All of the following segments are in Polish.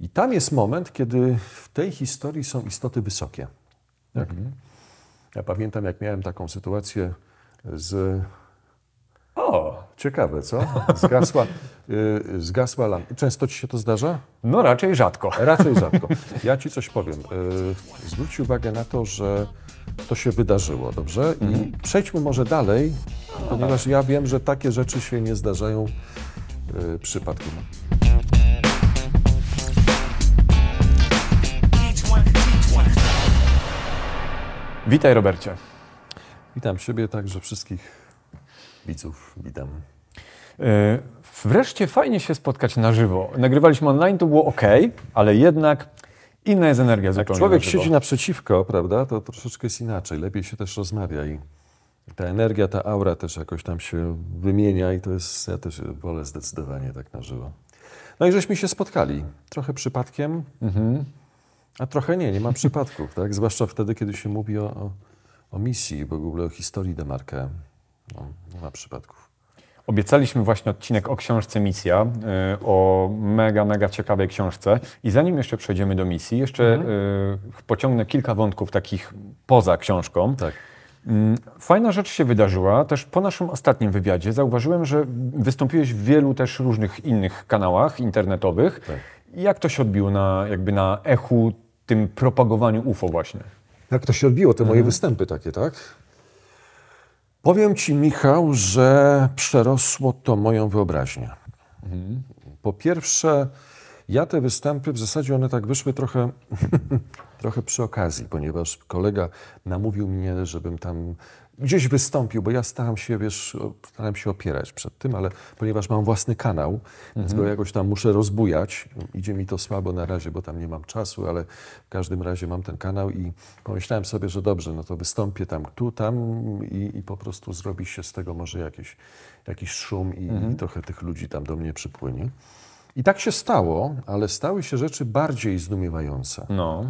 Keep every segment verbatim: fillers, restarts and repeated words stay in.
I tam jest moment, kiedy w tej historii są istoty wysokie. Tak? Mhm. Ja pamiętam, jak miałem taką sytuację z... O! Ciekawe, co? Zgasła, yy, zgasła lampa. Często ci się to zdarza? No raczej rzadko. Raczej rzadko. Ja ci coś powiem. Yy, zwróć uwagę na to, że to się wydarzyło, dobrze? I mhm. przejdźmy może dalej, ponieważ ja wiem, że takie rzeczy się nie zdarzają yy, przypadkiem. Witaj, Robercie. Witam Ciebie, także wszystkich widzów. Witam. Yy, wreszcie fajnie się spotkać na żywo. Nagrywaliśmy online, to było ok, ale jednak inna jest energia zupełnie. Jak człowiek na żywo. siedzi naprzeciwko, prawda, to troszeczkę jest inaczej. Lepiej się też rozmawia i ta energia, ta aura też jakoś tam się wymienia i to jest, ja też wolę zdecydowanie tak na żywo. No i żeśmy się spotkali. Trochę przypadkiem, mhm. a trochę nie, nie ma przypadków, tak? Zwłaszcza wtedy, kiedy się mówi o, o, o misji, w ogóle o historii Demarque. No, nie ma przypadków. Obiecaliśmy właśnie odcinek o książce Misja, y, o mega, mega ciekawej książce. I zanim jeszcze przejdziemy do misji, jeszcze mhm. y, pociągnę kilka wątków takich poza książką. Tak. Fajna rzecz się wydarzyła, też po naszym ostatnim wywiadzie zauważyłem, że wystąpiłeś w wielu też różnych innych kanałach internetowych. Tak. Jak to się odbiło na, jakby na echu, tym propagowaniu U F O właśnie? Jak to się odbiło, te mhm. moje występy takie, tak? Powiem Ci, Michał, że przerosło to moją wyobraźnię. Mhm. Po pierwsze, ja te występy, w zasadzie one tak wyszły trochę, trochę przy okazji, ponieważ kolega namówił mnie, żebym tam gdzieś wystąpił, bo ja starałem się, wiesz, starałem się opierać przed tym, ale ponieważ mam własny kanał, mhm. więc go jakoś tam muszę rozbujać. Idzie mi to słabo na razie, bo tam nie mam czasu, ale w każdym razie mam ten kanał i pomyślałem sobie, że dobrze, no to wystąpię tam, tu, tam i, i po prostu zrobi się z tego może jakiś, jakiś szum i, mhm. i trochę tych ludzi tam do mnie przypłynie. I tak się stało, ale stały się rzeczy bardziej zdumiewające. No.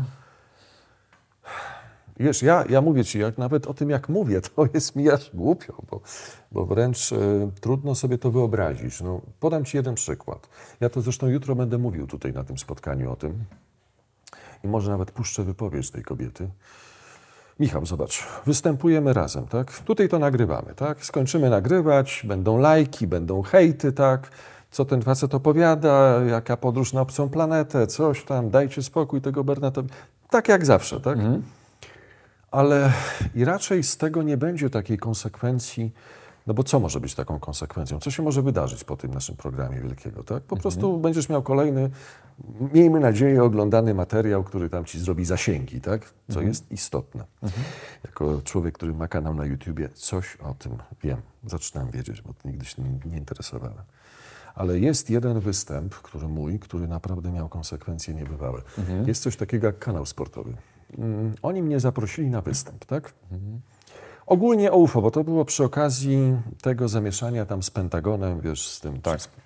Wiesz, ja, ja mówię Ci, jak nawet o tym jak mówię, to jest mi aż głupio, bo, bo wręcz e, trudno sobie to wyobrazić. No, podam Ci jeden przykład. Ja to zresztą jutro będę mówił tutaj na tym spotkaniu o tym i może nawet puszczę wypowiedź tej kobiety. Michał, zobacz, występujemy razem, tak? Tutaj to nagrywamy, tak? Skończymy nagrywać, będą lajki, będą hejty, tak? Co ten facet opowiada, jaka podróż na obcą planetę, coś tam, dajcie spokój tego Bernatowi. Tak jak zawsze, tak? Mhm. Ale i raczej z tego nie będzie takiej konsekwencji, no bo co może być taką konsekwencją? Co się może wydarzyć po tym naszym programie wielkiego, tak? Po mhm. prostu będziesz miał kolejny, miejmy nadzieję, oglądany materiał, który tam ci zrobi zasięgi, tak? Co mhm. jest istotne. Mhm. Jako człowiek, który ma kanał na YouTubie, coś o tym wiem. Zaczynam wiedzieć, bo nigdy się nie, nie interesowałem. Ale jest jeden występ, który mój, który naprawdę miał konsekwencje niebywałe. Mhm. Jest coś takiego jak kanał sportowy. Um, oni mnie zaprosili na występ, tak? Mhm. Ogólnie o U F O, bo to było przy okazji tego zamieszania tam z Pentagonem, wiesz, z tym tak. wszystkim.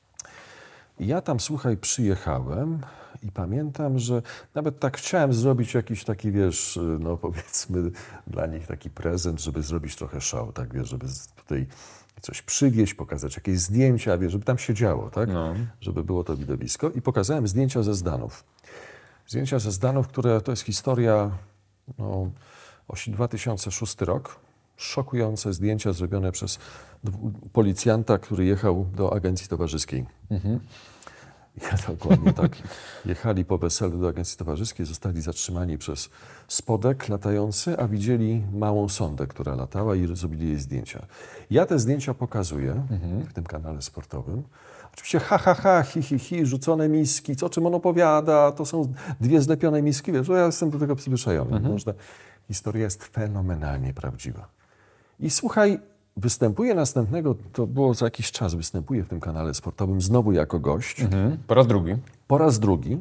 I ja tam, słuchaj, przyjechałem i pamiętam, że nawet tak chciałem zrobić jakiś taki, wiesz, no powiedzmy dla nich taki prezent, żeby zrobić trochę show, tak, wiesz, żeby tutaj coś przywieźć, pokazać jakieś zdjęcia, wiesz, żeby tam się działo, tak? No. Żeby było to widowisko. I pokazałem zdjęcia ze Zdanów. Zdjęcia ze Zdanów, które to jest historia, no, dwa tysiące szósty rok. Szokujące zdjęcia zrobione przez policjanta, który jechał do agencji towarzyskiej. Mhm. Ja dokładnie tak. Jechali po weselu do agencji towarzyskiej, zostali zatrzymani przez spodek latający, a widzieli małą sondę, która latała i zrobili jej zdjęcia. Ja te zdjęcia pokazuję mhm. w tym kanale sportowym. Oczywiście ha, ha, ha, hi, hi, hi, rzucone miski, co, o czym on opowiada, to są dwie zlepione miski, wiesz, ja jestem do tego przyzwyczajony. Mhm. Można, historia jest fenomenalnie prawdziwa. I słuchaj, występuję następnego, to było za jakiś czas, występuję w tym kanale sportowym znowu jako gość. Mhm. Po raz drugi. Po raz drugi.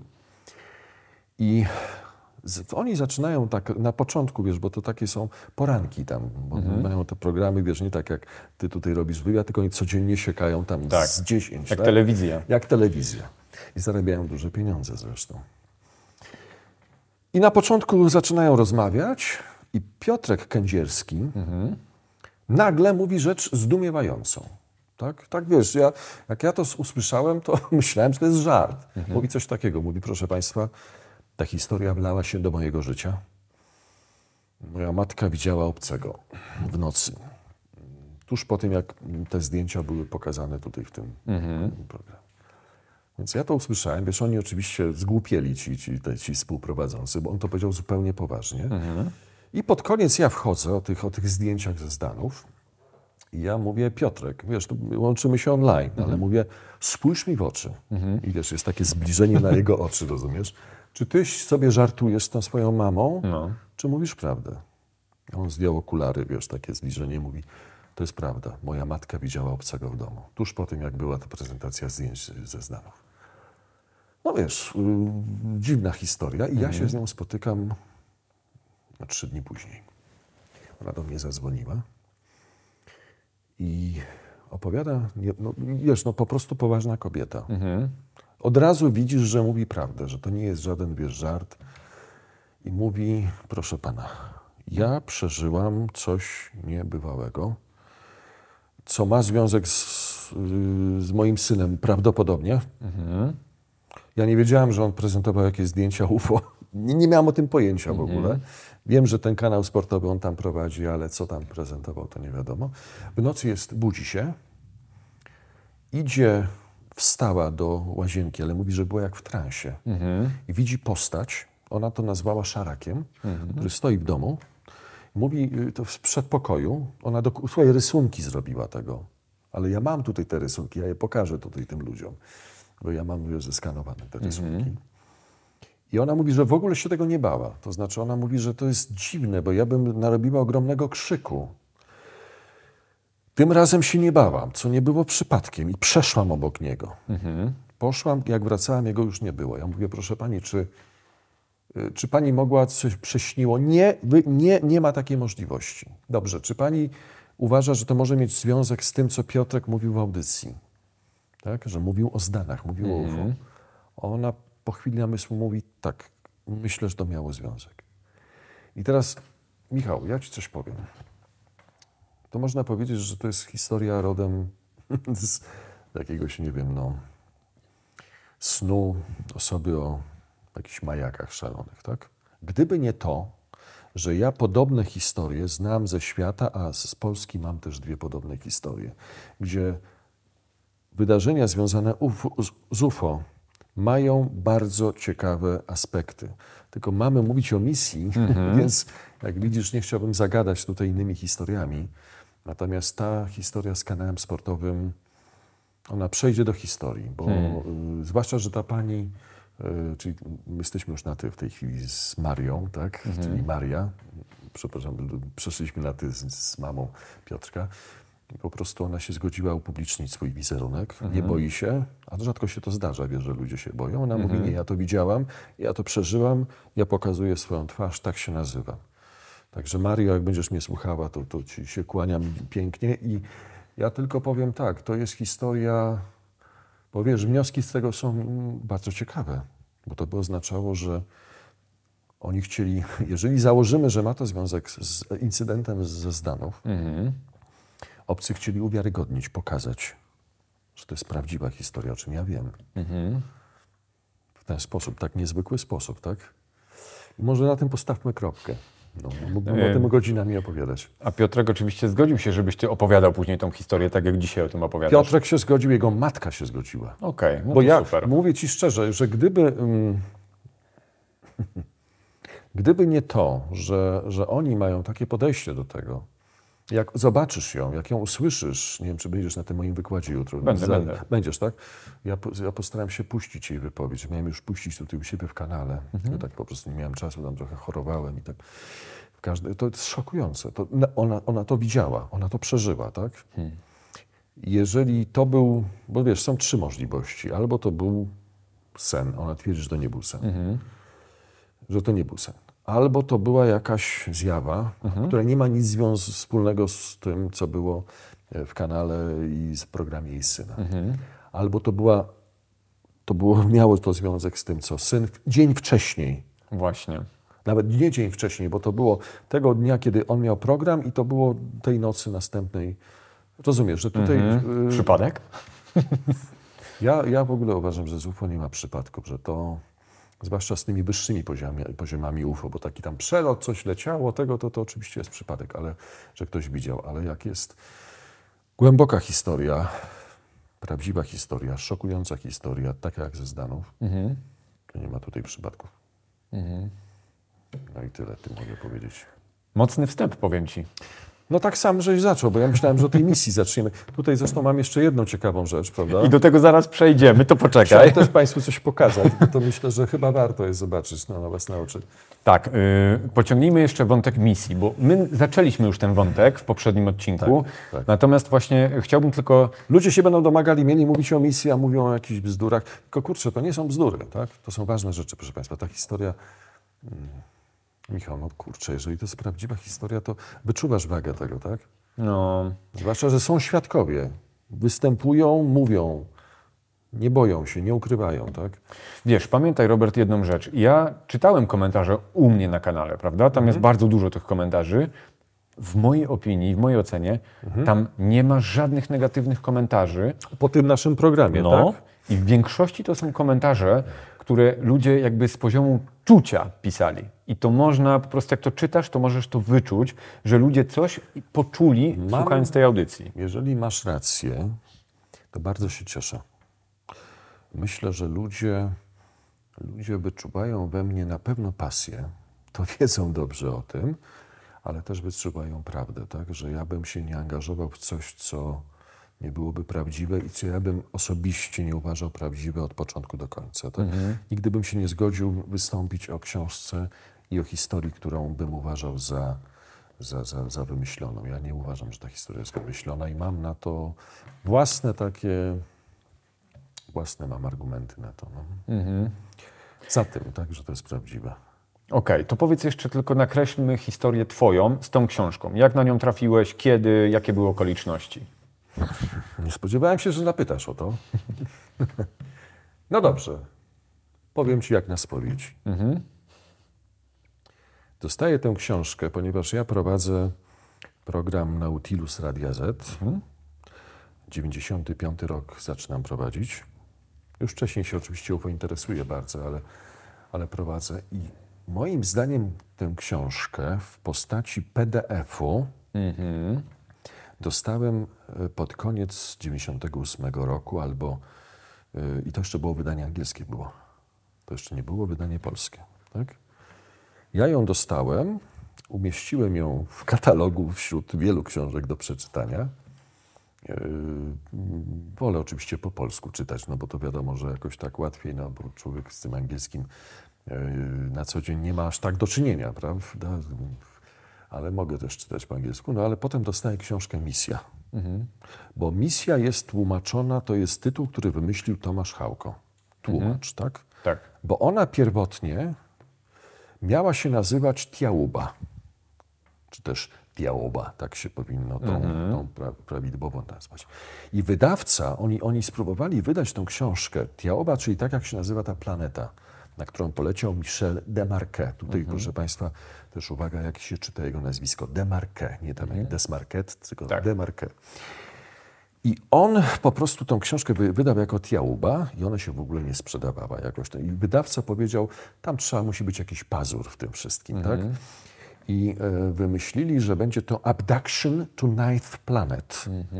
I z, oni zaczynają tak na początku, wiesz, bo to takie są poranki tam, bo mhm. mają te programy, wiesz, nie tak jak ty tutaj robisz wywiad, tylko oni codziennie siekają tam tak. z dziesięć. Jak tak? telewizja. Jak telewizja. I zarabiają duże pieniądze zresztą. I na początku zaczynają rozmawiać i Piotrek Kędzierski mhm. nagle mówi rzecz zdumiewającą. Tak, tak wiesz, ja, jak ja to usłyszałem, to myślałem, że to jest żart. Mhm. Mówi coś takiego, mówi, proszę państwa, ta historia wlała się do mojego życia. Moja matka widziała obcego w nocy. Tuż po tym, jak te zdjęcia były pokazane tutaj w tym mhm. programie. Więc ja to usłyszałem, wiesz, oni oczywiście zgłupieli ci, ci, ci współprowadzący, bo on to powiedział zupełnie poważnie. Mhm. I pod koniec ja wchodzę o tych, o tych zdjęciach ze Zdanów i ja mówię, Piotrek, wiesz, łączymy się online, mhm. ale mówię, spójrz mi w oczy. Mhm. I wiesz, jest takie zbliżenie na jego oczy, rozumiesz? Czy ty sobie żartujesz z tą swoją mamą, no. czy mówisz prawdę? On zdjął okulary, wiesz, takie zbliżenie, mówi, to jest prawda, moja matka widziała obcego w domu, tuż po tym, jak była ta prezentacja zdjęć ze Zdanów. No wiesz, yy, dziwna historia i mhm. ja się z nią spotykam no, trzy dni później. Ona do mnie zadzwoniła i opowiada, nie, no, wiesz, no po prostu poważna kobieta. Mhm. Od razu widzisz, że mówi prawdę, że to nie jest żaden, wiesz, żart. I mówi, proszę pana, ja przeżyłam coś niebywałego, co ma związek z, z moim synem prawdopodobnie. Mhm. Ja nie wiedziałem, że on prezentował jakieś zdjęcia U F O. Nie, nie miałem o tym pojęcia w ogóle. Mhm. Wiem, że ten kanał sportowy on tam prowadzi, ale co tam prezentował, to nie wiadomo. W nocy jest, budzi się, idzie, wstała do łazienki, ale mówi, że była jak w transie. Mhm. I widzi postać, ona to nazwała szarakiem, mhm. który stoi w domu. Mówi, to w przedpokoju, ona do, swoje rysunki zrobiła tego. Ale ja mam tutaj te rysunki, ja je pokażę tutaj tym ludziom. Bo ja mam już zeskanowane te rysunki. Mhm. I ona mówi, że w ogóle się tego nie bała. To znaczy ona mówi, że to jest dziwne, bo ja bym narobiła ogromnego krzyku. Tym razem się nie bałam, co nie było przypadkiem i przeszłam obok niego. Mhm. Poszłam, jak wracałam, jego już nie było. Ja mówię, proszę pani, czy, czy pani mogła coś prześniło? Nie, nie, nie ma takiej możliwości. Dobrze, czy pani uważa, że to może mieć związek z tym, co Piotrek mówił w audycji? Tak? Że mówił o Zdanach, mówił mm. o U F O. Ona po chwili namysłu mówi, tak, myślę, że to miało związek. I teraz, Michał, ja ci coś powiem. To można powiedzieć, że to jest historia rodem z jakiegoś, nie wiem, no, snu osoby o jakichś majakach szalonych, tak? Gdyby nie to, że ja podobne historie znam ze świata, a z Polski mam też dwie podobne historie, gdzie wydarzenia związane z U F O mają bardzo ciekawe aspekty. Tylko mamy mówić o misji, mm-hmm. więc jak widzisz, nie chciałbym zagadać tutaj innymi historiami. Natomiast ta historia z kanałem sportowym, ona przejdzie do historii, bo hmm. y, zwłaszcza, że ta pani, y, czyli my jesteśmy już na ty w tej chwili z Marią, tak? Mm-hmm. Czyli Maria, przepraszam, przeszliśmy na ty z, z mamą Piotrka. Po prostu ona się zgodziła upublicznić swój wizerunek, mhm. nie boi się, a rzadko się to zdarza, wiesz, że ludzie się boją. Ona mhm. mówi, nie, ja to widziałam, ja to przeżyłam, ja pokazuję swoją twarz, tak się nazywam. Także Mario, jak będziesz mnie słuchała, to, to ci się kłaniam pięknie i ja tylko powiem tak, to jest historia, bo wiesz, wnioski z tego są bardzo ciekawe, bo to by oznaczało, że oni chcieli, jeżeli założymy, że ma to związek z incydentem ze Zdanów, mhm. obcy chcieli uwiarygodnić, pokazać, że to jest prawdziwa historia, o czym ja wiem. Mhm. W ten sposób, tak niezwykły sposób, tak? I może na tym postawmy kropkę. No, mógłbym e... o tym godzinami opowiadać. A Piotrek oczywiście zgodził się, żebyś ty opowiadał później tą historię, tak jak dzisiaj o tym opowiadasz. Piotrek się zgodził, jego matka się zgodziła. Okej, okay, no bo to ja super. Mówię ci szczerze, że gdyby... Um, gdyby nie to, że, że oni mają takie podejście do tego, jak zobaczysz ją, jak ją usłyszysz, nie wiem, czy będziesz na tym moim wykładzie jutro. Będę, Za, będę. Będziesz, tak? Ja, ja postaram się puścić jej wypowiedź. Miałem już puścić tutaj u siebie w kanale. Mhm. Tak po prostu nie miałem czasu, tam trochę chorowałem i tak. W każdy, to jest szokujące. To ona, ona to widziała, ona to przeżyła, tak? Hmm. Jeżeli to był, bo wiesz, są trzy możliwości. Albo to był sen. Ona twierdzi, że to nie był sen. Mhm. Że to nie był sen. Albo to była jakaś zjawa, mhm. która nie ma nic związ- wspólnego z tym, co było w kanale i w programie jej syna. Mhm. Albo to była, to było, miało to związek z tym, co syn dzień wcześniej. Właśnie. Nawet nie dzień wcześniej, bo to było tego dnia, kiedy on miał program i to było tej nocy następnej Rozumiesz, że tutaj... Mhm. y, Przypadek? Ja, ja w ogóle uważam, że z U F O nie ma przypadków, że to, zwłaszcza z tymi wyższymi poziomami, poziomami U F O, bo taki tam przelot, coś leciało, tego to, to oczywiście jest przypadek, ale że ktoś widział, ale jak jest głęboka historia, prawdziwa historia, szokująca historia, taka jak ze Zdanów, Mhm. to nie ma tutaj przypadków. Mhm. No i tyle, tym mogę powiedzieć. Mocny wstęp, powiem ci. No tak sam, żeś zaczął, bo ja myślałem, że o tej misji zaczniemy. Tutaj zresztą mam jeszcze jedną ciekawą rzecz, prawda? I do tego zaraz przejdziemy, to poczekaj. Chciałem też Państwu coś pokazać, bo to myślę, że chyba warto jest zobaczyć no, na własne oczy. Tak, yy, pociągnijmy jeszcze wątek misji, bo my zaczęliśmy już ten wątek w poprzednim odcinku, Tak, tak. natomiast właśnie chciałbym tylko... Ludzie się będą domagali, mieli mówić o misji, a mówią o jakichś bzdurach. Tylko kurczę, to nie są bzdury, tak? To są ważne rzeczy, proszę Państwa. Ta historia... Hmm. Michał, no kurczę, jeżeli to jest prawdziwa historia, to wyczuwasz wagę tego, tak? No, Zwłaszcza, że są świadkowie. Występują, mówią. Nie boją się, nie ukrywają, tak? wiesz, pamiętaj, Robert, jedną rzecz. Ja czytałem komentarze u mnie na kanale, prawda? Tam jest bardzo dużo tych komentarzy. W mojej opinii, w mojej ocenie, tam nie ma żadnych negatywnych komentarzy. Po tym naszym programie, No, tak? i w większości to są komentarze, które ludzie jakby z poziomu czucia pisali. I to można, po prostu jak to czytasz, to możesz to wyczuć, że ludzie coś poczuli, Mam- słuchając tej audycji. Jeżeli masz rację, to bardzo się cieszę. Myślę, że ludzie, ludzie wyczuwają we mnie na pewno pasję. To wiedzą dobrze o tym, ale też wyczuwają prawdę, tak? Że ja bym się nie angażował w coś, co nie byłoby prawdziwe i co ja bym osobiście nie uważał prawdziwe od początku do końca. Tak? Nigdy bym się nie zgodził wystąpić o książce i o historii, którą bym uważał za, za, za, za wymyśloną. Ja nie uważam, że ta historia jest wymyślona i mam na to własne takie, własne mam argumenty na to. No. Za tym, tak, że to jest prawdziwe. Okej, to powiedz jeszcze tylko, nakreślmy historię twoją z tą książką. Jak na nią trafiłeś, kiedy, jakie były okoliczności? Nie spodziewałem się, że zapytasz o to. No dobrze. Powiem ci jak na spowiedź. Dostaję tę książkę, ponieważ ja prowadzę program Nautilus Radia Z. dziewięćdziesiąty piąty rok zaczynam prowadzić. Już wcześniej się oczywiście U F O interesuję bardzo, ale, ale prowadzę. I moim zdaniem tę książkę w postaci P D F-u dostałem e, pod koniec dziewięćdziesiątego ósmego roku, albo e, i to jeszcze było wydanie angielskie było. To jeszcze nie było wydanie polskie, tak? Ja ją dostałem, umieściłem ją w katalogu wśród wielu książek do przeczytania. E, wolę oczywiście po polsku czytać, no bo to wiadomo, że jakoś tak łatwiej, no bo człowiek z tym angielskim e, na co dzień nie ma aż tak do czynienia, prawda? Ale mogę też czytać po angielsku, no ale potem dostaję książkę Misja. Bo Misja jest tłumaczona, to jest tytuł, który wymyślił Tomasz Hałko. Tłumacz, tak? Tak. Bo ona pierwotnie miała się nazywać Tiałuba. Czy też Tiałoba, tak się powinno tą, tą pra, prawidłowo nazwać. I wydawca, oni, oni spróbowali wydać tą książkę Tiałoba, czyli tak jak się nazywa ta planeta, na którą poleciał Michel Desmarquet. Tutaj, proszę Państwa, też uwaga, jak się czyta jego nazwisko. Desmarquet, nie tam jak Desmarquet, tylko Tak. Desmarquet. I on po prostu tą książkę wy, wydał jako Tiałuba i ona się w ogóle nie sprzedawała jakoś. I wydawca powiedział, tam trzeba, musi być jakiś pazur w tym wszystkim, tak? I e, wymyślili, że będzie to Abduction to Ninth Planet.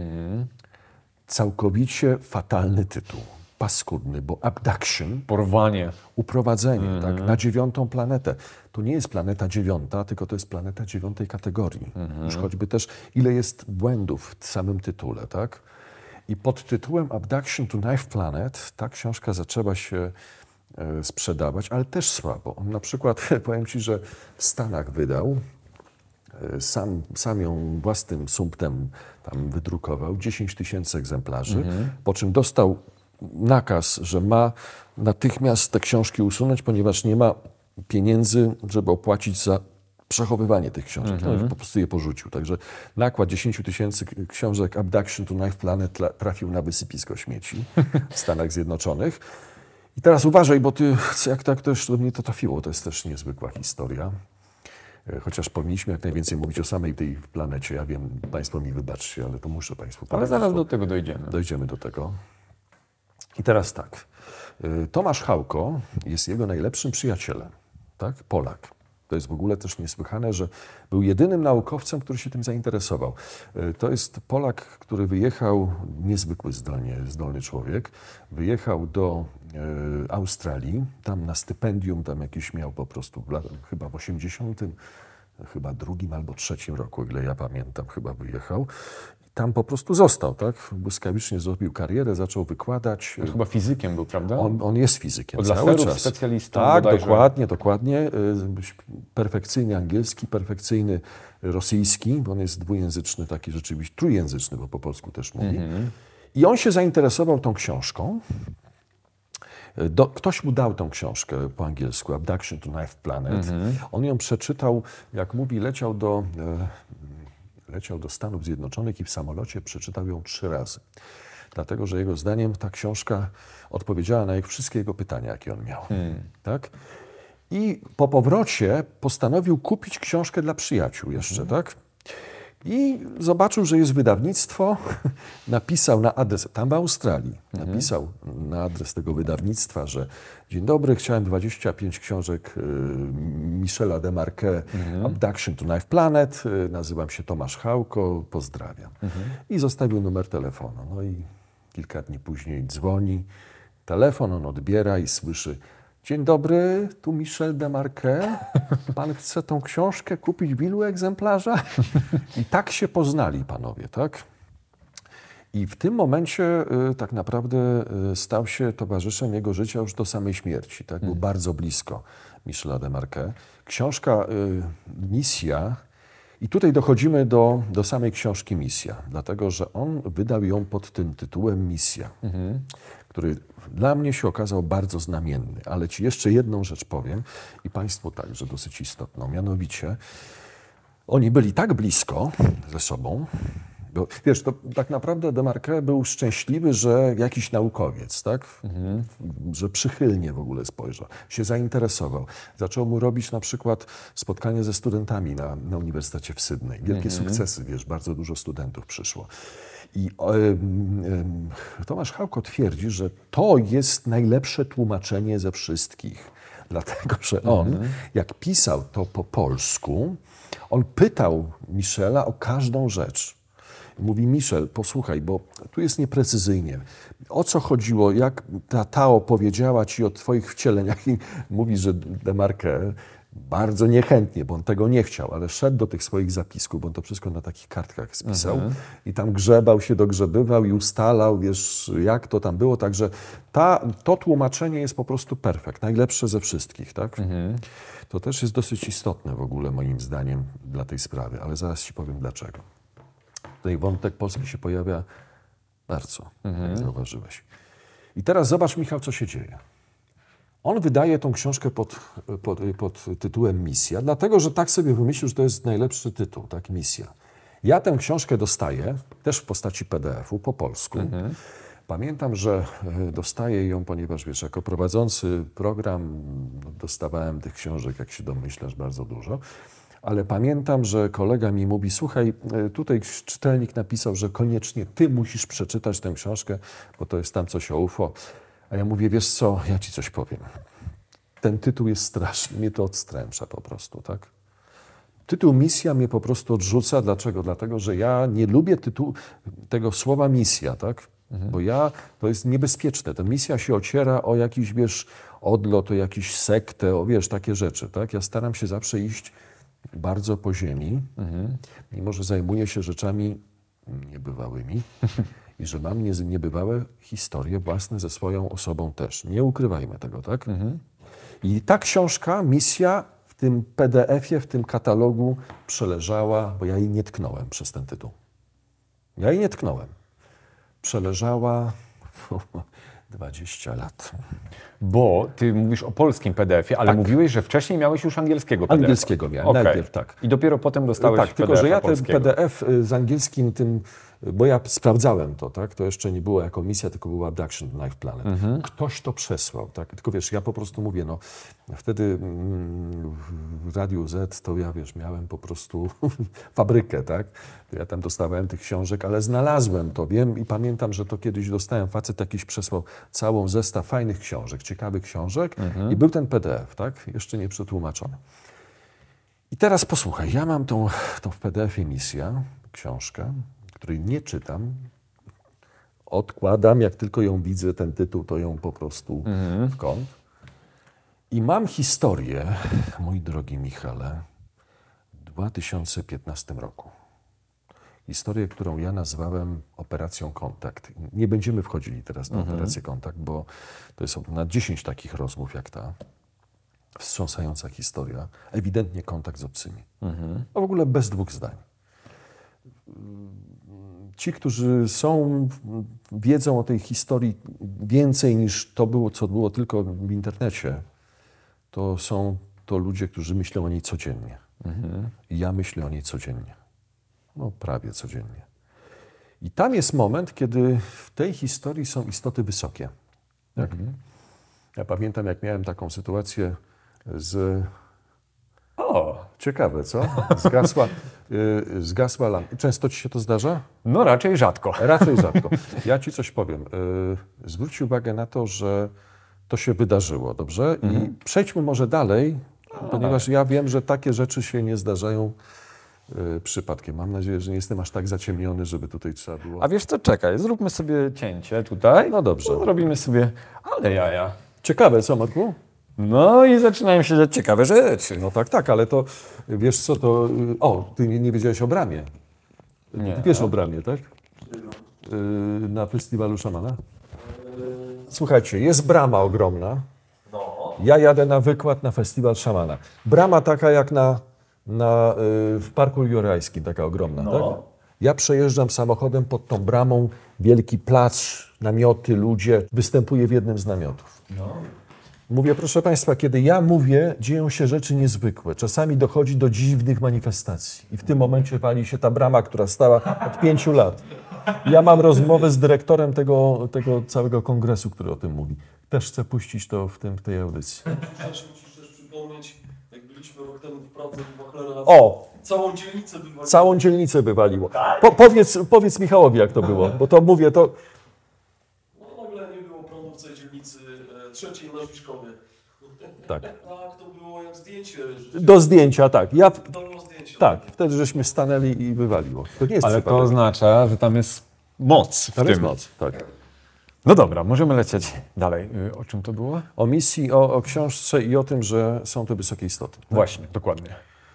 Całkowicie fatalny tytuł. Paskudny, bo abduction, Porwanie. uprowadzenie, tak, na dziewiątą planetę. To nie jest planeta dziewiąta, tylko to jest planeta dziewiątej kategorii. Już choćby też, ile jest błędów w samym tytule, tak? I pod tytułem Abduction to Ninth Planet ta książka zaczęła się e, sprzedawać, ale też słabo. On na przykład, powiem Ci, że w Stanach wydał, e, sam, sam ją własnym sumptem tam wydrukował, dziesięć tysięcy egzemplarzy, po czym dostał nakaz, że ma natychmiast te książki usunąć, ponieważ nie ma pieniędzy, żeby opłacić za przechowywanie tych książek. No i po prostu je porzucił. Także nakład dziesięć tysięcy książek Abduction to Ninth Planet trafił na wysypisko śmieci w Stanach Zjednoczonych. I teraz uważaj, bo ty, jak tak też do mnie to trafiło, to jest też niezwykła historia. Chociaż powinniśmy jak najwięcej mówić o samej tej planecie. Ja wiem, Państwo mi wybaczcie, ale to muszę Państwu Ale powiedzieć. zaraz bo do tego dojdziemy. Dojdziemy do tego. I teraz tak. Tomasz Hałko jest jego najlepszym przyjacielem. Tak? Polak. To jest w ogóle też niesłychane, że był jedynym naukowcem, który się tym zainteresował. To jest Polak, który wyjechał, niezwykły zdolnie, zdolny człowiek, wyjechał do e, Australii, tam na stypendium, tam jakieś miał po prostu, w lat, chyba w osiemdziesiątym, chyba drugim albo trzecim roku, ile ja pamiętam, chyba wyjechał. Tam po prostu został, tak? Błyskawicznie zrobił karierę, zaczął wykładać. On chyba fizykiem był, prawda? On, on jest fizykiem Od cały laserów czas. specjalistą Tak, bodajże. dokładnie, dokładnie. Y, Perfekcyjny angielski, perfekcyjny rosyjski, bo on jest dwujęzyczny, taki rzeczywiście trójjęzyczny, bo po polsku też mówi. Mhm. I on się zainteresował tą książką. Do, ktoś mu dał tą książkę po angielsku, Abduction to Ninth Planet. On ją przeczytał, jak mówi, leciał do... E, leciał do Stanów Zjednoczonych i w samolocie przeczytał ją trzy razy. Dlatego, że jego zdaniem ta książka odpowiedziała na jak wszystkie jego pytania, jakie on miał. Hmm. Tak? I po powrocie postanowił kupić książkę dla przyjaciół jeszcze, hmm. tak? I zobaczył, że jest wydawnictwo, napisał na adres, tam w Australii, mhm. napisał na adres tego wydawnictwa, że dzień dobry, chciałem dwadzieścia pięć książek y, Michela Desmarquet, mhm. Abduction to Ninth Planet, y, nazywam się Tomasz Hałko, pozdrawiam. Mhm. I zostawił numer telefonu. No i kilka dni później dzwoni, telefon, on odbiera i słyszy: dzień dobry, tu Michel Desmarquet. Pan chce tą książkę kupić w ilu egzemplarzach? I tak się poznali panowie, tak? I w tym momencie y, tak naprawdę y, stał się towarzyszem jego życia już do samej śmierci. Tak? Był hmm. bardzo blisko Michela Desmarquet. Książka y, Misja, i tutaj dochodzimy do, do samej książki Misja, dlatego że on wydał ją pod tym tytułem Misja, mhm. który dla mnie się okazał bardzo znamienny. Ale ci jeszcze jedną rzecz powiem i Państwu także dosyć istotną, mianowicie oni byli tak blisko ze sobą, bo wiesz, to tak naprawdę Desmarquet był szczęśliwy, że jakiś naukowiec, tak, mhm. że przychylnie w ogóle spojrzał, się zainteresował. Zaczął mu robić na przykład spotkanie ze studentami na, na Uniwersytecie w Sydney. Wielkie mhm. sukcesy, wiesz, bardzo dużo studentów przyszło. I y, y, Tomasz Hałko twierdzi, że to jest najlepsze tłumaczenie ze wszystkich. Dlatego, że on, mhm. jak pisał to po polsku, on pytał Michela o każdą rzecz. Mówi: Michel, posłuchaj, bo tu jest nieprecyzyjnie. O co chodziło, jak ta Tao powiedziała ci o twoich wcieleniach? I mówi, że Desmarquet bardzo niechętnie, bo on tego nie chciał, ale szedł do tych swoich zapisków, bo on to wszystko na takich kartkach spisał mhm. i tam grzebał się, dogrzebywał i ustalał, wiesz, jak to tam było. Także ta, to tłumaczenie jest po prostu perfekt, najlepsze ze wszystkich, tak? Mhm. To też jest dosyć istotne w ogóle moim zdaniem dla tej sprawy, ale zaraz ci powiem dlaczego. Tutaj wątek polski się pojawia bardzo, mhm. jak zauważyłeś. I teraz zobacz, Michał, co się dzieje. On wydaje tą książkę pod, pod, pod tytułem Misja, dlatego, że tak sobie wymyślił, że to jest najlepszy tytuł, tak, Misja. Ja tę książkę dostaję, też w postaci P D F u, po polsku. Mhm. Pamiętam, że dostaję ją, ponieważ wiesz, jako prowadzący program dostawałem tych książek, jak się domyślasz, bardzo dużo. Ale pamiętam, że kolega mi mówi: słuchaj, tutaj czytelnik napisał, że koniecznie ty musisz przeczytać tę książkę, bo to jest tam coś o U F O. A ja mówię: wiesz co, ja ci coś powiem. Ten tytuł jest straszny, mnie to odstręcza po prostu, tak? Tytuł Misja mnie po prostu odrzuca. Dlaczego? Dlatego, że ja nie lubię tytułu, tego słowa misja, tak? Mhm. Bo ja, to jest niebezpieczne. Ta misja się ociera o jakiś, wiesz, odlot, o jakiś sektę, o, wiesz, takie rzeczy, tak? Ja staram się zawsze iść bardzo po ziemi, mhm. mimo że zajmuję się rzeczami niebywałymi i że mam niebywałe historie własne ze swoją osobą też. Nie ukrywajmy tego, tak? Mhm. I ta książka, Misja, w tym P D F ie, w tym katalogu przeleżała, bo ja jej nie tknąłem przez ten tytuł. Ja jej nie tknąłem. Przeleżała dwadzieścia lat. Bo ty mówisz o polskim P D F ie, ale tak. mówiłeś, że wcześniej miałeś już angielskiego P D F a. Angielskiego miałem, okay. najpierw tak. I dopiero potem dostałeś tak, P D F a tylko że ja polskiego. ten P D F z angielskim tym bo ja sprawdzałem to, tak? To jeszcze nie było jako misja, tylko była Abduction Knife Planet. Mhm. Ktoś to przesłał, tak? Tylko wiesz, ja po prostu mówię, no wtedy mm, w Radiu Z to ja, wiesz, miałem po prostu fabrykę, tak? Ja tam dostawałem tych książek, ale znalazłem to, wiem i pamiętam, że to kiedyś dostałem, facet jakiś przesłał całą zestaw fajnych książek, ciekawych książek Mhm. i był ten P D F, tak? Jeszcze nie przetłumaczony. I teraz posłuchaj, ja mam tą, tą w P D F-ie misja, książkę, której nie czytam, odkładam, jak tylko ją widzę, ten tytuł, to ją po prostu Mhm. w kąt. I mam historię, mój drogi Michale, w dwa tysiące piętnastym roku. Historię, którą ja nazwałem Operacją Kontakt. Nie będziemy wchodzili teraz na Mhm. Operację Kontakt, bo to jest na dziesięć takich rozmów jak ta. Wstrząsająca historia. Ewidentnie kontakt z obcymi. Mhm. A w ogóle bez dwóch zdań. Ci, którzy są, wiedzą o tej historii więcej niż to było, co było tylko w internecie, to są to ludzie, którzy myślą o niej codziennie. Mhm. I ja myślę o niej codziennie. No prawie codziennie. I tam jest moment, kiedy w tej historii są istoty wysokie. Tak? Mhm. Ja pamiętam, jak miałem taką sytuację z... O, Ciekawe, co? Zgasła, y, zgasła lampa. Często ci się to zdarza? no raczej rzadko. Raczej rzadko. Ja ci coś powiem. Y, zwróć uwagę na to, że to się wydarzyło, dobrze? I Mhm. przejdźmy może dalej, ponieważ ja wiem, że takie rzeczy się nie zdarzają y, przypadkiem. Mam nadzieję, że nie jestem aż tak zaciemniony, żeby tutaj trzeba było... A wiesz co, czekaj, zróbmy sobie cięcie tutaj. No dobrze. Zrobimy sobie, ale jaja. Ciekawe, co, Marku? No i zaczynają się dziać ciekawe rzeczy. No tak, tak, ale to wiesz co, to... y, O, ty nie, nie wiedziałeś o bramie. Nie. Ty wiesz o bramie, tak? Y, na festiwalu Szamana? Słuchajcie, jest brama ogromna. Ja jadę na wykład na festiwal Szamana. Brama taka jak na, na, y, w Parku Jurajskim, taka ogromna, No. tak? Ja przejeżdżam samochodem pod tą bramą, wielki plac, namioty, ludzie. Występuję w jednym z namiotów. Mówię, proszę Państwa, kiedy ja mówię, dzieją się rzeczy niezwykłe. Czasami dochodzi do dziwnych manifestacji. I w tym momencie wali się ta brama, która stała od pięciu lat. Ja mam rozmowę z dyrektorem tego, tego całego kongresu, który o tym mówi. Też chcę puścić to w, tym, w tej audycji. Też musisz też przypomnieć, jak byliśmy rok temu w Pradze w Wachlera, O! całą dzielnicę wywaliło. Całą dzielnicę wywaliło. Po, powiedz, powiedz Michałowi, jak to było, bo to mówię, to... No nagle nie było prądu w całej dzielnicy e, trzeciej na Żiszkowie. Tak. Tak, to było jak zdjęcie. Do zdjęcia, tak. Ja, To było zdjęcie. tak, wtedy żeśmy stanęli i wywaliło. To nie jest Ale to przypadek. oznacza, że tam jest moc w Tam tym. jest moc, tak. No dobra, możemy lecieć dalej. Y, O czym to było? O misji, o, o książce i o tym, że są to wysokie istoty. Właśnie, dokładnie.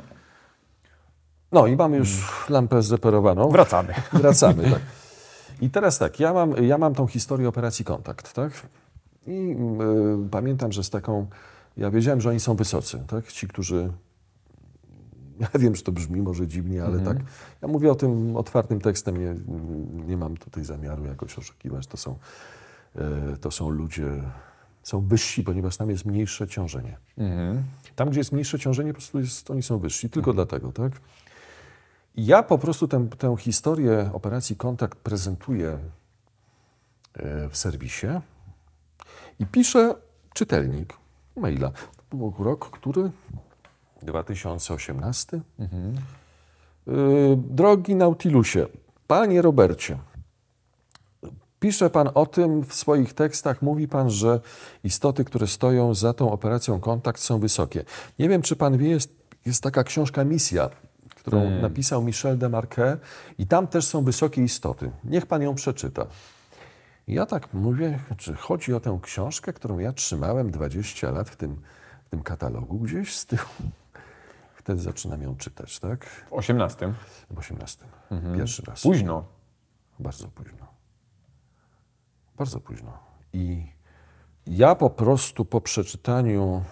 No i mamy już lampę zdeperowaną. Wracamy. Wracamy, tak. I teraz tak, ja mam, ja mam tą historię operacji Kontakt, tak? I y, pamiętam, że z taką, ja wiedziałem, że oni są wysocy, tak? Ci, którzy, ja wiem, że to brzmi może dziwnie, ale tak, ja mówię o tym otwartym tekstem, nie, nie mam tutaj zamiaru jakoś oszukiwać, to są, y, to są ludzie, są wyżsi, ponieważ tam jest mniejsze ciążenie. Mhm. Tam, gdzie jest mniejsze ciążenie, po prostu jest, oni są wyżsi, tylko dlatego, tak? I ja po prostu tę, tę historię operacji Kontakt prezentuję e, w serwisie i piszę czytelnik maila. To był rok, który? dwa tysiące osiemnasty. Mhm. E, Drogi Nautilusie, panie Robercie, pisze pan o tym w swoich tekstach, mówi pan, że istoty, które stoją za tą operacją Kontakt, są wysokie. Nie wiem, czy pan wie, jest, jest taka książka Misja, którą Hmm. napisał Michel Desmarquet i tam też są wysokie istoty. Niech pan ją przeczyta. I ja tak mówię, czy chodzi o tę książkę, którą ja trzymałem dwadzieścia lat w tym, w tym katalogu gdzieś z tyłu. Wtedy zaczynam ją czytać, tak? W osiemnastym. W osiemnastym. Pierwszy raz. Późno. Bardzo późno. Bardzo późno. I ja po prostu po przeczytaniu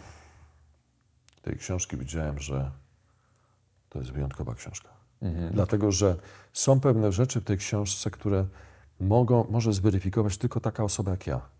tej książki widziałem, że to jest wyjątkowa książka. Dlatego, że są pewne rzeczy w tej książce, które mogą, może zweryfikować tylko taka osoba jak ja,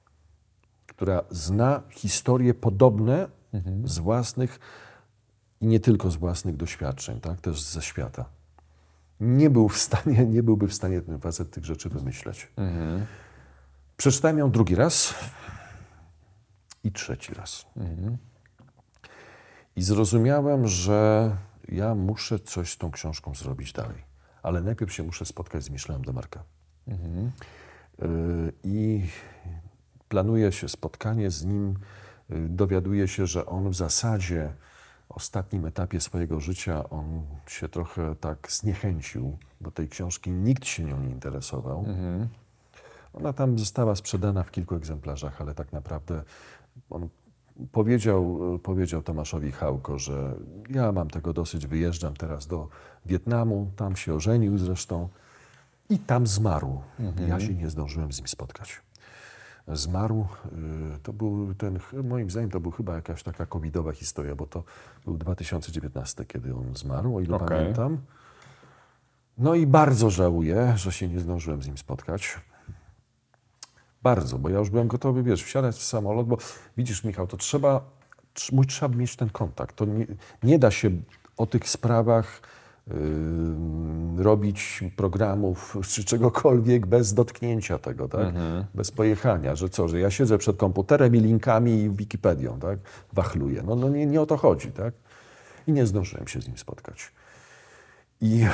która zna historie podobne z własnych i nie tylko z własnych doświadczeń, tak? Też ze świata. nie był w stanie, nie byłby w stanie ten facet tych rzeczy wymyśleć. Mhm. Przeczytałem ją drugi raz i trzeci raz. Mhm. I zrozumiałem, że ja muszę coś z tą książką zrobić dalej. Ale najpierw się muszę spotkać z Michelem de Marca. Mhm. Y, I planuję się spotkanie z nim. Y, Dowiaduję się, że on w zasadzie w ostatnim etapie swojego życia on się trochę tak zniechęcił do tej książki. Nikt się nią nie interesował. Mhm. Ona tam została sprzedana w kilku egzemplarzach, ale tak naprawdę on powiedział, powiedział Tomaszowi Chałko, że ja mam tego dosyć, wyjeżdżam teraz do Wietnamu, tam się ożenił zresztą i tam zmarł. Mhm. Ja się nie zdążyłem z nim spotkać. Zmarł, y, to był ten, moim zdaniem to był chyba jakaś taka covidowa historia, bo to był dwa tysiące dziewiętnasty, kiedy on zmarł, o ile Okej. pamiętam. No i bardzo żałuję, że się nie zdążyłem z nim spotkać. Bardzo, bo ja już byłem gotowy, wiesz, wsiadać w samolot, bo widzisz, Michał, to trzeba, tr- mu trzeba mieć ten kontakt. To nie, nie da się o tych sprawach yy, robić programów czy czegokolwiek bez dotknięcia tego, tak? Mhm. Bez pojechania, że co, że ja siedzę przed komputerem i linkami i Wikipedią, tak? Wachluję. No, no nie, nie o to chodzi, tak? I nie zdążyłem się z nim spotkać. I,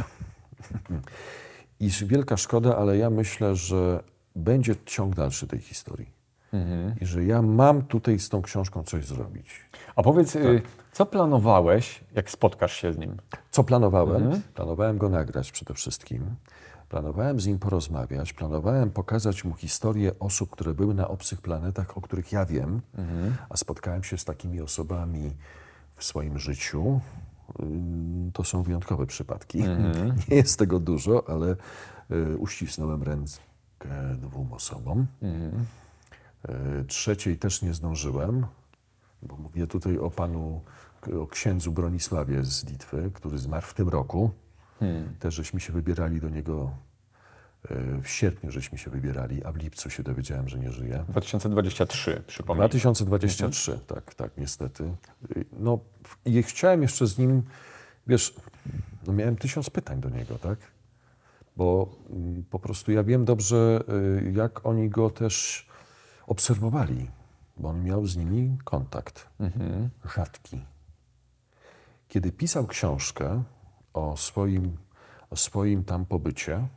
i wielka szkoda, ale ja myślę, że będzie ciąg dalszy tej historii. Mhm. I że ja mam tutaj z tą książką coś zrobić. A powiedz, y, co planowałeś, jak spotkasz się z nim? Co planowałem? Mhm. Planowałem go nagrać przede wszystkim. Planowałem z nim porozmawiać. Planowałem pokazać mu historię osób, które były na obcych planetach, o których ja wiem. Mhm. A spotkałem się z takimi osobami w swoim życiu. Ym, To są wyjątkowe przypadki. Mhm. Nie jest tego dużo, ale y, uścisnąłem rękę dwóm osobom. Mhm. Y, Trzeciej też nie zdążyłem, bo mówię tutaj o panu, o księdzu Bronisławie z Litwy, który zmarł w tym roku. Hmm. Też żeśmy się wybierali do niego y, w sierpniu, żeśmy się wybierali, a w lipcu się dowiedziałem, że nie żyje. dwa tysiące dwudziesty trzeci, przypomnę. dwa tysiące dwudziesty trzeci, tak, tak, niestety. Y, No i chciałem jeszcze z nim, wiesz, no miałem tysiąc pytań do niego, tak? Bo mm, po prostu ja wiem dobrze, y, jak oni go też obserwowali, bo on miał z nimi kontakt, Mhm. rzadki. Kiedy pisał książkę o swoim, o swoim tam pobycie,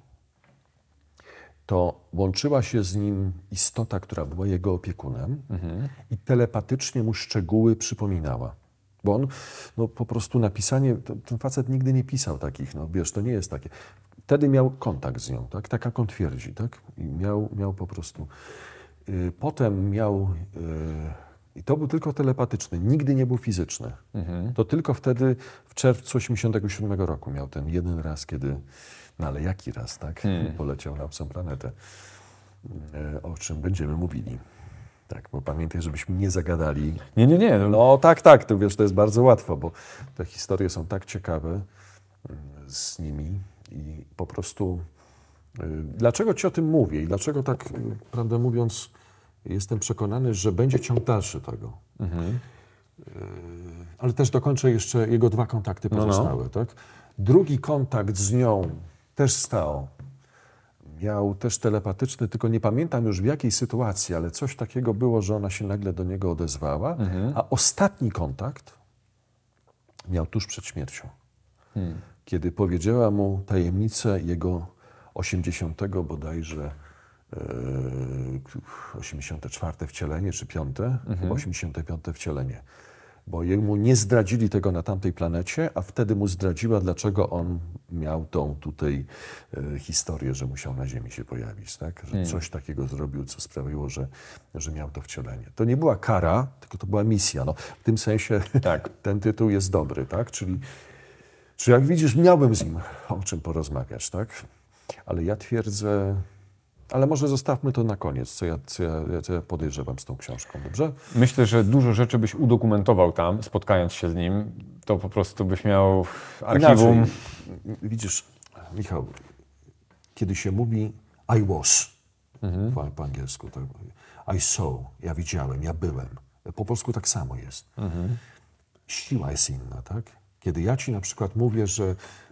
to łączyła się z nim istota, która była jego opiekunem Mhm. i telepatycznie mu szczegóły przypominała. Bo on, no po prostu napisanie, to, ten facet nigdy nie pisał takich, no wiesz, to nie jest takie. Wtedy miał kontakt z nią, tak, tak jak on twierdzi, tak, i miał, miał po prostu. Y, potem miał, y, i to był tylko telepatyczny, nigdy nie był fizyczny. Mhm. To tylko wtedy, w czerwcu osiemdziesiątego siódmego roku miał ten jeden raz, kiedy, no ale jaki raz, tak, Hmm. poleciał na obcą planetę, y, o czym będziemy mówili. Tak, bo pamiętaj, żebyśmy nie zagadali. Nie, nie, nie. No. No tak, tak, to wiesz, to jest bardzo łatwo, bo te historie są tak ciekawe mm, z nimi i po prostu y, dlaczego ci o tym mówię i dlaczego tak, y, prawdę mówiąc, jestem przekonany, że będzie ciąg dalszy tego. Mhm. Ale też dokończę jeszcze jego dwa kontakty No, no. pozostałe, tak? Drugi kontakt z nią też stał. Miał też telepatyczny, tylko nie pamiętam już w jakiej sytuacji, ale coś takiego było, że ona się nagle do niego odezwała. Mhm. A ostatni kontakt miał tuż przed śmiercią, Hmm. kiedy powiedziała mu tajemnicę jego osiemdziesiątego bodajże e, osiemdziesiąte czwarte wcielenie, czy piąte, chyba osiemdziesiąte piąte wcielenie. Bo jemu nie zdradzili tego na tamtej planecie, a wtedy mu zdradziła, dlaczego on miał tą tutaj e, historię, że musiał na Ziemi się pojawić, tak? Że coś takiego zrobił, co sprawiło, że, że miał to wcielenie. To nie była kara, tylko to była misja. No, w tym sensie Tak. ten tytuł jest dobry, tak? Czyli, czyli jak widzisz, miałbym z nim o czym porozmawiać, tak? Ale ja twierdzę, ale może zostawmy to na koniec, co ja, co ja, co ja podejrzewam z tą książką, dobrze? Myślę, że dużo rzeczy byś udokumentował tam, spotkając się z nim. To po prostu byś miał archiwum. Inaczej, widzisz, Michał, kiedy się mówi I was, Mhm. po, po angielsku, to I saw, ja widziałem, ja byłem. Po polsku tak samo jest. Mhm. Siła jest inna, tak? Kiedy ja ci na przykład mówię, że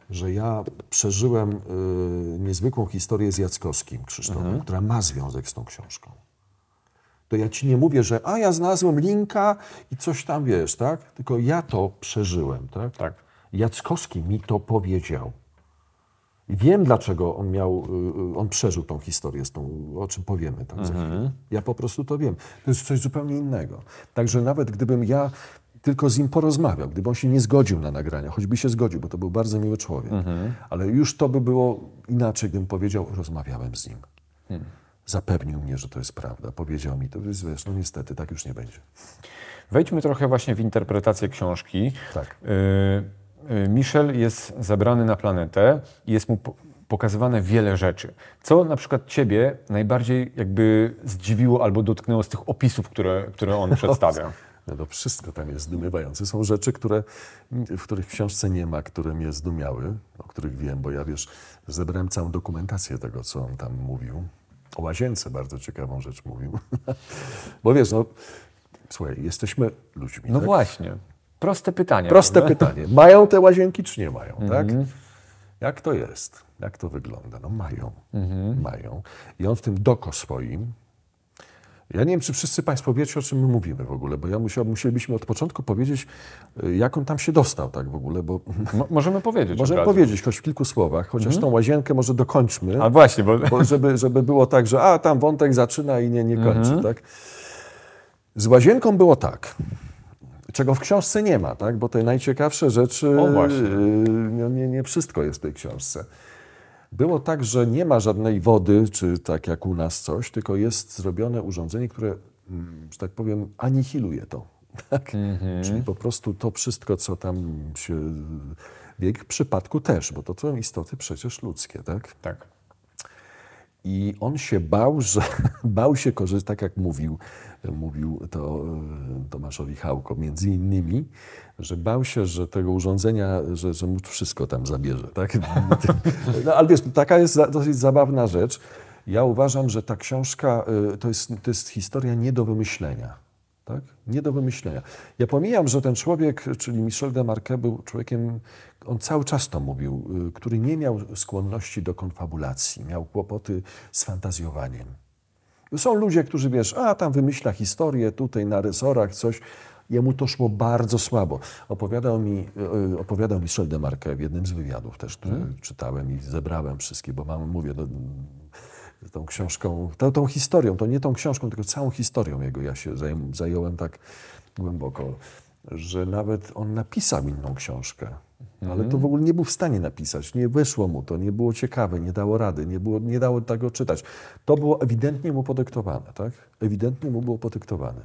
że ja przeżyłem y, niezwykłą historię z Jackowskim Krzysztofem, Mhm. która ma związek z tą książką. To ja ci nie mówię, że a ja znalazłem linka i coś tam wiesz, tak? Tylko ja to przeżyłem, tak? Tak. Jackowski mi to powiedział. I wiem, dlaczego on miał, y, on przeżył tą historię, z tą, o czym powiemy tam za chwilę. Ja po prostu to wiem. To jest coś zupełnie innego. Także nawet gdybym ja tylko z nim porozmawiał, gdyby on się nie zgodził na nagrania, choćby się zgodził, bo to był bardzo miły człowiek, ale już to by było inaczej, gdybym powiedział, rozmawiałem z nim. Zapewnił mnie, że to jest prawda. Powiedział mi to, jest, wiesz, no niestety, tak już nie będzie. Wejdźmy trochę właśnie w interpretację książki. Tak. Y, y, Michel jest zabrany na planetę i jest mu po, pokazywane wiele rzeczy. Co na przykład ciebie najbardziej jakby zdziwiło albo dotknęło z tych opisów, które, które on przedstawia? No to wszystko tam jest zdumiewające. Są rzeczy, które, w których w książce nie ma, które mnie zdumiały, o których wiem, bo ja, wiesz, zebrałem całą dokumentację tego, co on tam mówił. O łazience bardzo ciekawą rzecz mówił. Bo wiesz, no, słuchaj, jesteśmy ludźmi, No tak? właśnie. Proste pytanie. Proste prawda? pytanie. Mają te łazienki, czy nie mają, tak? Mhm. Jak to jest? Jak to wygląda? No mają. Mhm. Mają. I on w tym doko swoim. Ja nie wiem, czy wszyscy Państwo wiecie, o czym my mówimy w ogóle, bo ja musiał, musielibyśmy od początku powiedzieć, y, jak on tam się dostał, tak w ogóle, bo Mo- możemy powiedzieć. możemy od razu. powiedzieć choć w kilku słowach, chociaż tą łazienkę może dokończmy, A właśnie, bo... bo żeby, żeby było tak, że a, tam wątek zaczyna i nie, nie kończy, Mhm. tak? Z łazienką było tak, czego w książce nie ma, tak? Bo te najciekawsze rzeczy, O, właśnie. y, no, nie, nie wszystko jest w tej książce. Było tak, że nie ma żadnej wody, czy tak jak u nas coś, tylko jest zrobione urządzenie, które, mm, że tak powiem, anihiluje to. Tak? Czyli po prostu to wszystko, co tam się... W ich przypadku też, bo to są istoty przecież ludzkie, tak? Tak. I on się bał, że bał się korzystać, tak jak mówił, mówił to e, Tomaszowi Chałko, między innymi, że bał się, że tego urządzenia, że, że mu wszystko tam zabierze. Tak? No, ale wiesz, taka jest za, dosyć zabawna rzecz. Ja uważam, że ta książka e, to jest, to jest historia nie do wymyślenia. Tak? Nie do wymyślenia. Ja pomijam, że ten człowiek, czyli Michel de Marquet, był człowiekiem, on cały czas to mówił, y, który nie miał skłonności do konfabulacji, miał kłopoty z fantazjowaniem. Są ludzie, którzy, wiesz, a tam wymyśla historię tutaj na resorach, coś. Jemu to szło bardzo słabo. Opowiadał mi, y, opowiadał Michel de Marquet w jednym z wywiadów też, który hmm. czytałem i zebrałem wszystkie, bo mam, mówię, do, tą książką, tą, tą historią, to nie tą książką, tylko całą historią jego ja się zająłem, zająłem tak głęboko, że nawet on napisał inną książkę, ale to w ogóle nie był w stanie napisać, nie wyszło mu to, nie było ciekawe, nie dało rady, nie, było, nie dało tego czytać. To było ewidentnie mu podyktowane, tak? Ewidentnie mu było podyktowane.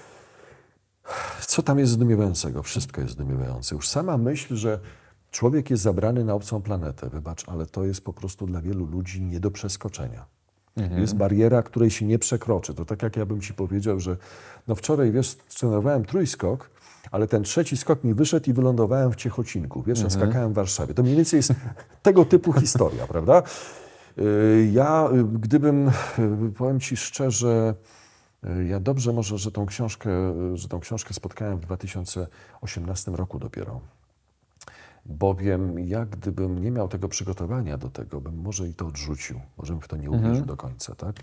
Co tam jest zdumiewającego? Wszystko jest zdumiewające. Już sama myśl, że człowiek jest zabrany na obcą planetę, wybacz, ale to jest po prostu dla wielu ludzi nie do przeskoczenia. Mhm. Jest bariera, której się nie przekroczy. To tak jak ja bym ci powiedział, że no wczoraj, wiesz, trenowałem trójskok, ale ten trzeci skok mi wyszedł i wylądowałem w Ciechocinku. Wiesz, mhm. ja skakałem w Warszawie. To mniej więcej jest tego typu historia, prawda? Ja, gdybym, powiem ci szczerze, ja dobrze może, że tą książkę, że tą książkę spotkałem w dwa tysiące osiemnastym roku dopiero. Bowiem ja, gdybym nie miał tego przygotowania do tego, bym może i to odrzucił. Może bym w to nie uwierzył mhm. do końca, tak?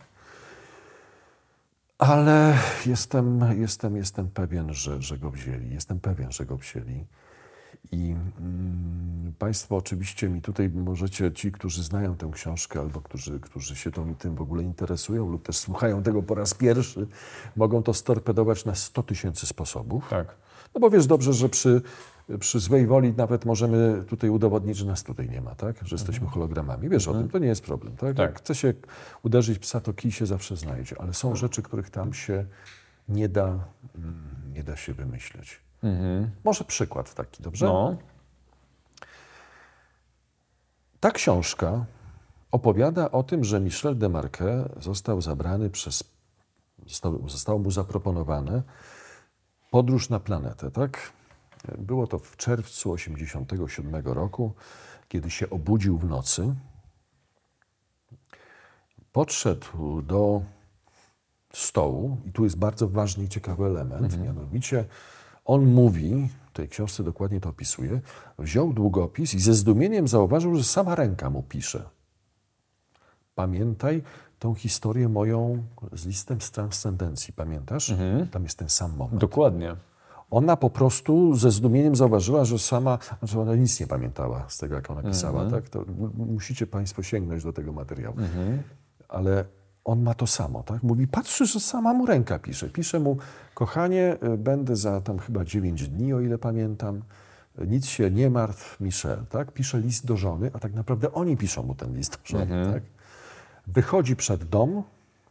Ale jestem, jestem, jestem pewien, że, że go wzięli. Jestem pewien, że go wzięli. I mm, Państwo oczywiście mi tutaj możecie, ci, którzy znają tę książkę albo którzy, którzy się tą, tym w ogóle interesują lub też słuchają tego po raz pierwszy, mogą to storpedować na sto tysięcy sposobów. Tak. No bo wiesz dobrze, że przy, przy złej woli nawet możemy tutaj udowodnić, że nas tutaj nie ma, tak? Że jesteśmy hologramami. Wiesz Mhm. o tym, to nie jest problem, tak? Tak. Jak chce się uderzyć psa, to kij się zawsze znajdzie. Ale są rzeczy, których tam się nie da, mm, nie da się wymyśleć. Mhm. Może przykład taki, dobrze? No. Ta książka opowiada o tym, że Michel de Marquet został zabrany przez, zostało, zostało mu zaproponowane podróż na planetę, tak? Było to w czerwcu osiemdziesiątego siódmego roku, kiedy się obudził w nocy. Podszedł do stołu i tu jest bardzo ważny i ciekawy element, mhm. mianowicie on mówi, w tej książce dokładnie to opisuje, wziął długopis i ze zdumieniem zauważył, że sama ręka mu pisze. Pamiętaj tą historię moją z listem z transcendencji, pamiętasz? Mhm. Tam jest ten sam moment. Dokładnie. Ona po prostu ze zdumieniem zauważyła, że sama, znaczy ona nic nie pamiętała z tego, jak ona pisała, tak? To m- musicie Państwo sięgnąć do tego materiału. Ale on ma to samo, tak? Mówi, patrzy, że sama mu ręka pisze. Pisze mu, kochanie, y, będę za tam chyba dziewięć dni, o ile pamiętam. Y, Nic się nie martw, Michel, tak? Pisze list do żony, a tak naprawdę oni piszą mu ten list do żony, tak? Wychodzi przed dom,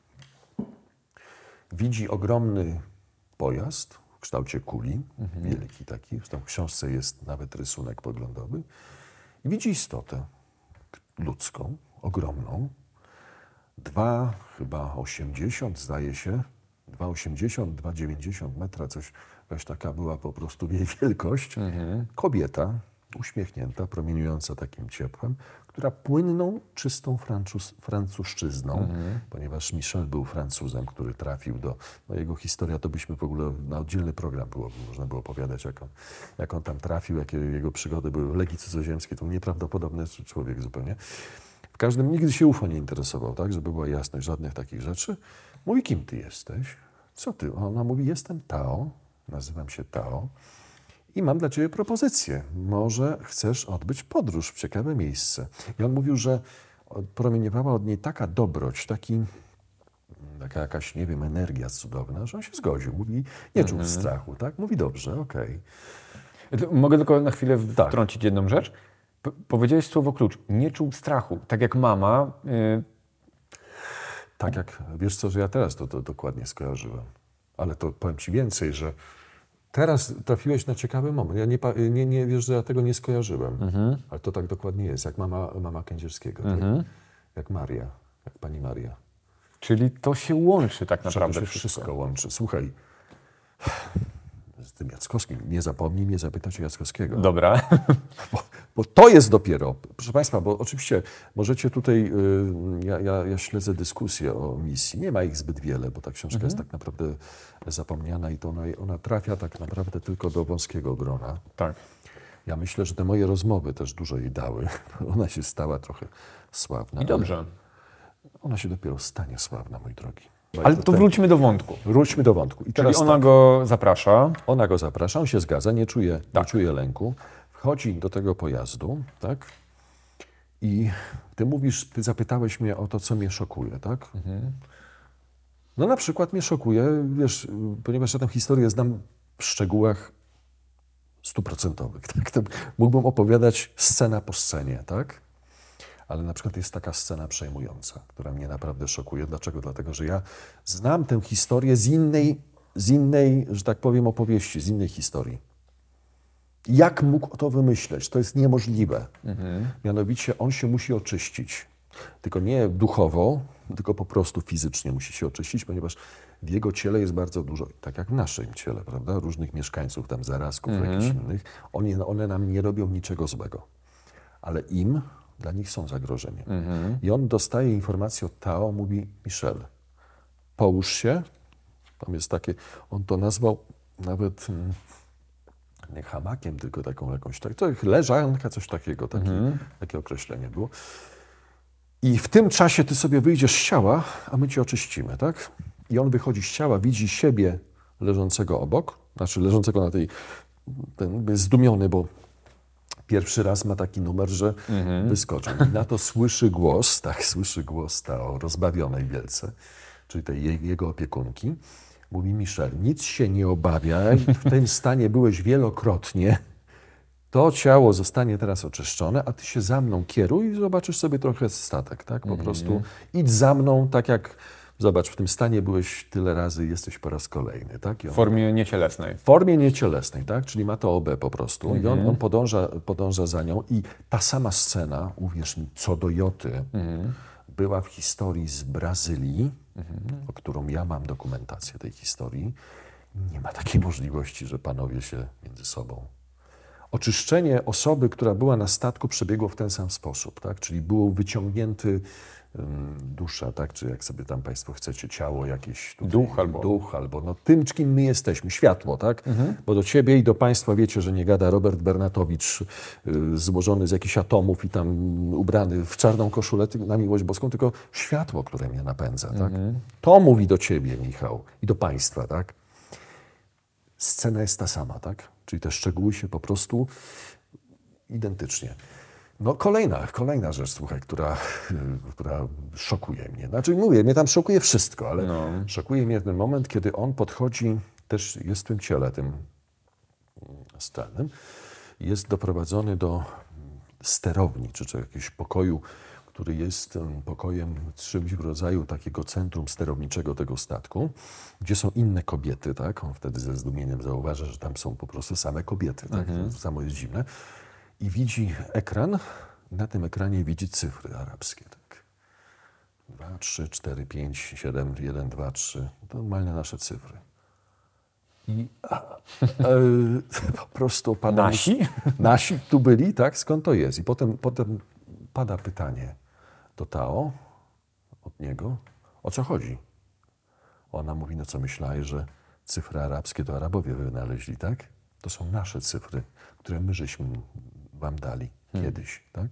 widzi ogromny pojazd w kształcie kuli, wielki taki, w tej książce jest nawet rysunek poglądowy, i widzi istotę ludzką, ogromną, dwa chyba osiemdziesiąt zdaje się, dwa osiemdziesiąt, dwa dziewięćdziesiąt metra, coś, jakaś taka była po prostu jej wielkość. Kobieta, uśmiechnięta, promieniująca takim ciepłem, która płynną, czystą francuz, francuszczyzną, ponieważ Michel był Francuzem, który trafił do, no jego historia to byśmy w ogóle na oddzielny program było, można było opowiadać, jak on, jak on tam trafił, jakie jego przygody były, Legii Cudzoziemskiej, to był nieprawdopodobny człowiek zupełnie. W każdym nigdy się U F O nie interesował, tak, żeby była jasność, żadnych takich rzeczy. Mówi, kim ty jesteś? Co ty? Ona mówi, jestem Tao, nazywam się Tao i mam dla ciebie propozycję. Może chcesz odbyć podróż w ciekawe miejsce. I on mówił, że promieniowała od niej taka dobroć, taki, taka jakaś, nie wiem, energia cudowna, że on się zgodził. Mówi, nie czuł strachu, tak? Mówi, dobrze, okej. To mogę tylko na chwilę wtrącić jedną rzecz? P- powiedziałeś słowo klucz. Nie czuł strachu. Tak jak mama. y, Tak jak, wiesz co, że ja teraz to, to dokładnie skojarzyłem. Ale to powiem ci więcej, że teraz trafiłeś na ciekawy moment. Ja nie, pa- nie, nie wiesz, że ja tego nie skojarzyłem. Ale to tak dokładnie jest, jak mama, mama Kędzierskiego, tak? Jak Maria, jak pani Maria. Czyli to się łączy tak To naprawdę się wszystko. wszystko łączy. Słuchaj, z tym Jackowskim, nie zapomnij mnie zapytać o Jackowskiego. Dobra. Bo, bo to jest dopiero, proszę Państwa, bo oczywiście możecie tutaj, y, ja, ja, ja śledzę dyskusję o misji, nie ma ich zbyt wiele, bo ta książka jest tak naprawdę zapomniana i to ona, ona trafia tak naprawdę tylko do wąskiego grona. Tak. Ja myślę, że te moje rozmowy też dużo jej dały. Ona się stała trochę sławna. I dobrze. ale Ona się dopiero stanie sławna, mój drogi. Ale to wróćmy do wątku. Wróćmy do wątku. I Czyli teraz ona tak. go zaprasza. Ona go zaprasza, on się zgadza, nie czuje, Tak. nie czuje lęku. Wchodzi do tego pojazdu, tak? I ty mówisz, ty zapytałeś mnie o to, co mnie szokuje, tak? No na przykład mnie szokuje, wiesz, ponieważ ja tę historię znam w szczegółach stuprocentowych, tak? To mógłbym opowiadać scena po scenie, tak? Ale na przykład jest taka scena przejmująca, która mnie naprawdę szokuje. Dlaczego? Dlatego, że ja znam tę historię z innej, z innej, że tak powiem, opowieści, z innej historii. Jak mógł to wymyśleć? To jest niemożliwe. Mianowicie on się musi oczyścić. Tylko nie duchowo, tylko po prostu fizycznie musi się oczyścić, ponieważ w jego ciele jest bardzo dużo, tak jak w naszym ciele, prawda? Różnych mieszkańców, tam zarazków, jakichś innych. Oni, one nam nie robią niczego złego. Ale im, dla nich są zagrożeniem. I on dostaje informację od Tao, mówi, Michel, połóż się. Tam jest takie, on to nazwał nawet mm, nie hamakiem, tylko taką jakąś, tak, to jak leżanka, coś takiego, taki, takie określenie było. I w tym czasie ty sobie wyjdziesz z ciała, a my cię oczyścimy, tak? I on wychodzi z ciała, widzi siebie leżącego obok, znaczy leżącego na tej, ten jest zdumiony, bo pierwszy raz ma taki numer, że wyskoczył. I na to słyszy głos, tak, słyszy głos Tao, rozbawionej wielce, czyli tej jej, jego opiekunki. Mówi, Michel, nic się nie obawiaj, w tym stanie byłeś wielokrotnie. To ciało zostanie teraz oczyszczone, a ty się za mną kieruj i zobaczysz sobie trochę statek, tak? Po prostu idź za mną, tak jak, zobacz, w tym stanie byłeś tyle razy, jesteś po raz kolejny, tak? I on, W formie niecielesnej. w formie niecielesnej, tak? Czyli ma to O B po prostu. I on, on podąża, podąża za nią i ta sama scena, uwierz mi, co do joty, była w historii z Brazylii, o którą ja mam dokumentację tej historii. Nie ma takiej możliwości, że panowie się między sobą... Oczyszczenie osoby, która była na statku, przebiegło w ten sam sposób, tak? Czyli był wyciągnięty ym, dusza, tak? Czy jak sobie tam Państwo chcecie, ciało jakieś. Tutaj, Duch albo- Duch albo no, tym, kim my jesteśmy, światło, tak? Bo do Ciebie i do Państwa wiecie, że nie gada Robert Bernatowicz y, złożony z jakichś atomów i tam ubrany w czarną koszulę ty- na miłość boską, tylko światło, które mnie napędza, tak? To mówi do Ciebie, Michał, i do Państwa, tak? Scena jest ta sama, tak? Czyli te szczegóły się po prostu identycznie. No kolejna, kolejna rzecz, słuchaj, która, która szokuje mnie. Znaczy mówię, mnie tam szokuje wszystko, ale No. szokuje mnie ten moment, kiedy on podchodzi, też jest w tym ciele, tym astralnym, jest doprowadzony do sterowni, czy, czy jakiegoś pokoju, który jest em, pokojem czymś w rodzaju takiego centrum sterowniczego tego statku, gdzie są inne kobiety, tak? On wtedy ze zdumieniem zauważa, że tam są po prostu same kobiety, tak? To samo jest dziwne. I widzi ekran, i na tym ekranie widzi cyfry arabskie, tak? dwa, trzy, cztery, pięć, siedem, jeden, dwa, trzy. To normalne nasze cyfry. I a, e, po prostu pada Nasi? Nasi tu byli, tak? Skąd to jest? I potem, potem pada pytanie do Tao od niego, o co chodzi? Ona mówi, no co myślałeś, że cyfry arabskie to Arabowie wynaleźli, tak? To są nasze cyfry, które my żeśmy wam dali kiedyś, tak?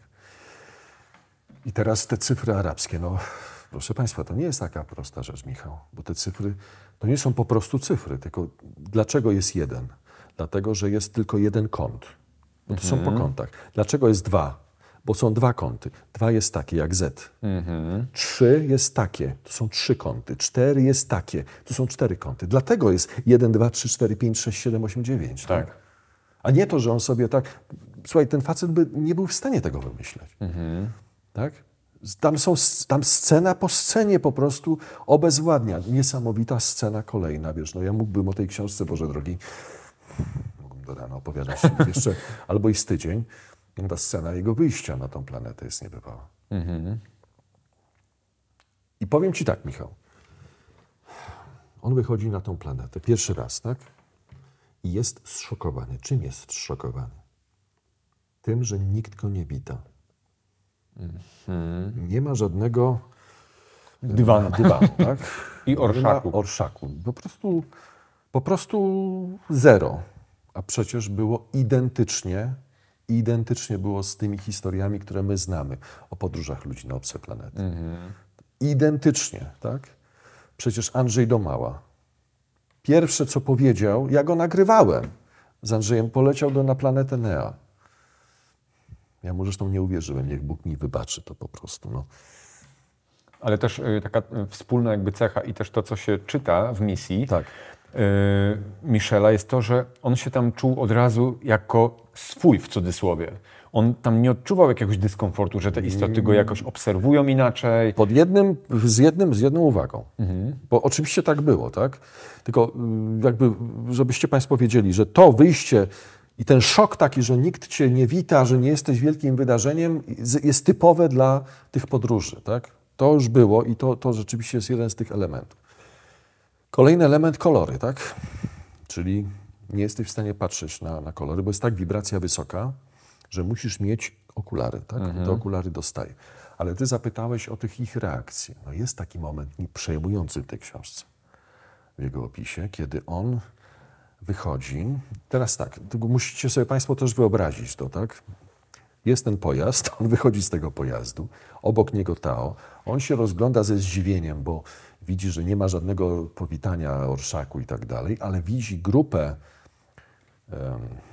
I teraz te cyfry arabskie, no proszę Państwa, to nie jest taka prosta rzecz, Michał, bo te cyfry to nie są po prostu cyfry, tylko dlaczego jest jeden? Dlatego, że jest tylko jeden kąt, bo to są po kątach. Dlaczego jest dwa? Bo są dwa kąty. Dwa jest takie jak Z. Trzy jest takie, to są trzy kąty. Cztery jest takie, to są cztery kąty. Dlatego jest jeden, dwa, trzy, cztery, pięć, sześć, siedem, osiem, dziewięć. Tak? Tak. A nie to, że on sobie tak... Słuchaj, ten facet by nie był w stanie tego wymyśleć. Tak? Tam są, tam scena po scenie po prostu obezwładnia. Niesamowita scena kolejna, wiesz, no ja mógłbym o tej książce, Boże drogi, mógłbym do rana opowiadać jeszcze, albo i z tydzień. Ta scena jego wyjścia na tą planetę jest niebywała. I powiem Ci tak, Michał. On wychodzi na tą planetę pierwszy raz, tak? I jest zszokowany. Czym jest zszokowany? Tym, że nikt go nie wita. Nie ma żadnego Dywanu. dywanu, tak? I orszaku. Nie ma orszaku. Po prostu, po prostu zero. A przecież było identycznie, identycznie było z tymi historiami, które my znamy o podróżach ludzi na obce planety. Identycznie, tak? Przecież Andrzej Domała. Pierwsze, co powiedział, ja go nagrywałem z Andrzejem, poleciał do, na planetę Nea. Ja mu zresztą nie uwierzyłem, niech Bóg mi wybaczy to po prostu. No. Ale też y, taka y, wspólna jakby cecha i też to, co się czyta w misji Tak. y, Michela, jest to, że on się tam czuł od razu jako swój, w cudzysłowie. On tam nie odczuwał jakiegoś dyskomfortu, że te istoty go jakoś obserwują inaczej. Pod jednym, z, jednym, z jedną uwagą. Bo oczywiście tak było, tak? Tylko y, jakby, żebyście Państwo wiedzieli, że to wyjście i ten szok taki, że nikt Cię nie wita, że nie jesteś wielkim wydarzeniem, jest typowe dla tych podróży, tak? To już było i to, to rzeczywiście jest jeden z tych elementów. Kolejny element, kolory, tak? Czyli nie jesteś w stanie patrzeć na, na kolory, bo jest tak wibracja wysoka, że musisz mieć okulary, tak? I te okulary dostaję. Ale Ty zapytałeś o tych ich reakcji. No jest taki moment przejmujący w tej książce, w jego opisie, kiedy on wychodzi. Teraz tak, tylko musicie sobie Państwo też wyobrazić to, tak? Jest ten pojazd, on wychodzi z tego pojazdu, obok niego Tao. On się rozgląda ze zdziwieniem, bo widzi, że nie ma żadnego powitania orszaku i tak dalej, ale widzi grupę um,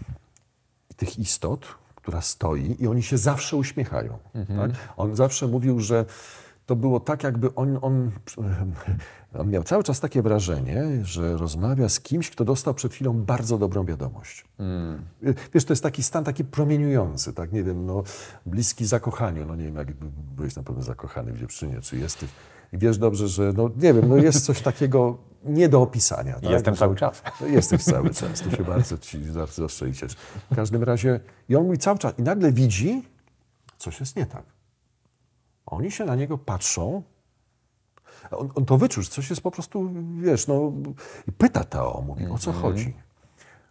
tych istot, która stoi i oni się zawsze uśmiechają. Tak? On zawsze mówił, że to było tak, jakby on, on, on miał cały czas takie wrażenie, że rozmawia z kimś, kto dostał przed chwilą bardzo dobrą wiadomość. Mm. Wiesz, to jest taki stan taki promieniujący, tak, nie wiem, no, bliski zakochaniu. No nie wiem, jak byłeś na pewno zakochany w dziewczynie, czy jesteś. I wiesz dobrze, że, no nie wiem, no jest coś takiego nie do opisania. Tak? Jestem że, cały czas. No, jesteś cały czas, to się bardzo ci zawsze cieszę. W każdym razie, i on mówi cały czas, i nagle widzi, coś jest nie tak. Oni się na niego patrzą, on, on to wyczuł, że coś jest po prostu, wiesz, no, i pyta Tao, mówi, o co chodzi?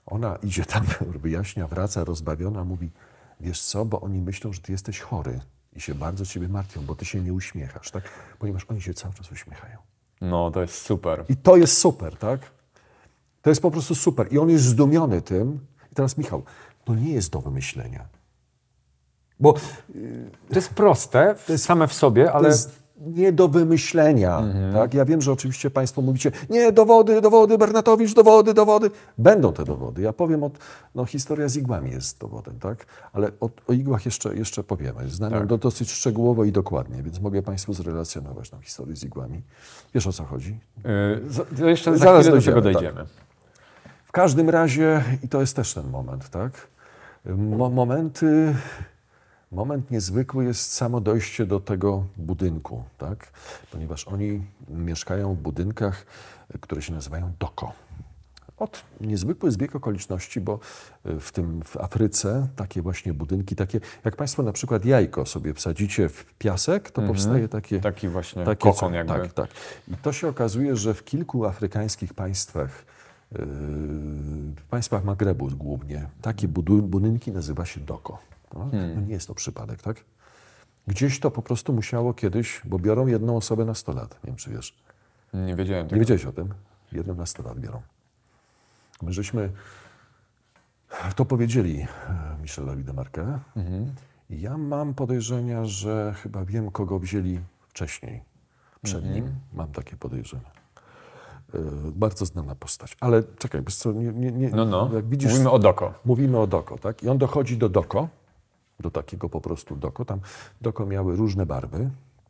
Ona idzie tam, wyjaśnia, wraca rozbawiona, mówi, wiesz co, bo oni myślą, że ty jesteś chory i się bardzo ciebie martwią, bo ty się nie uśmiechasz, tak? Ponieważ oni się cały czas uśmiechają. No, to jest super. I to jest super, tak? To jest po prostu super. I on jest zdumiony tym. I teraz Michał, to nie jest do wymyślenia. Bo To jest proste to jest, same w sobie, ale... to jest nie do wymyślenia. Mhm. Tak? Ja wiem, że oczywiście Państwo mówicie, nie, dowody, dowody, Bernatowicz, dowody, dowody. Będą te dowody. Ja powiem, od, no historia z igłami jest dowodem, tak? Ale o, o igłach jeszcze, jeszcze powiemy. Znam ją Tak. dosyć szczegółowo i dokładnie, więc mogę Państwu zrelacjonować tą historię z igłami. Wiesz, o co chodzi? Yy, to jeszcze za Zaraz chwilę dojdziemy, do tego dojdziemy. Tak. W każdym razie, i to jest też ten moment, tak? Mo- momenty... Moment niezwykły jest samo dojście do tego budynku, tak? Ponieważ oni mieszkają w budynkach, które się nazywają doko. Od niezwykły zbieg okoliczności, bo w tym w Afryce takie właśnie budynki, takie jak Państwo na przykład jajko sobie wsadzicie w piasek, to Mhm. powstaje takie... Taki właśnie takie kokon co- jakby. Tak, tak. I to się okazuje, że w kilku afrykańskich państwach, yy, w państwach Magrebu głównie, takie budu- budynki nazywa się doko. No, no nie jest to przypadek, tak? Gdzieś to po prostu musiało kiedyś, bo biorą jedną osobę na sto lat. Nie wiem, czy wiesz. Nie wiedziałem Nie tego. wiedziałeś o tym? Jedną na sto lat biorą. My żeśmy to powiedzieli e, Michelowi Demarque. Mhm. I ja mam podejrzenia, że chyba wiem, kogo wzięli wcześniej. Przed Mhm. nim mam takie podejrzenia. E, bardzo znana postać. Ale czekaj, wiesz co, nie, nie, nie, No, no. jak widzisz... Mówimy o doko. Mówimy o doko, tak? I on dochodzi do doko, do takiego po prostu doko. Tam doko miały różne barwy.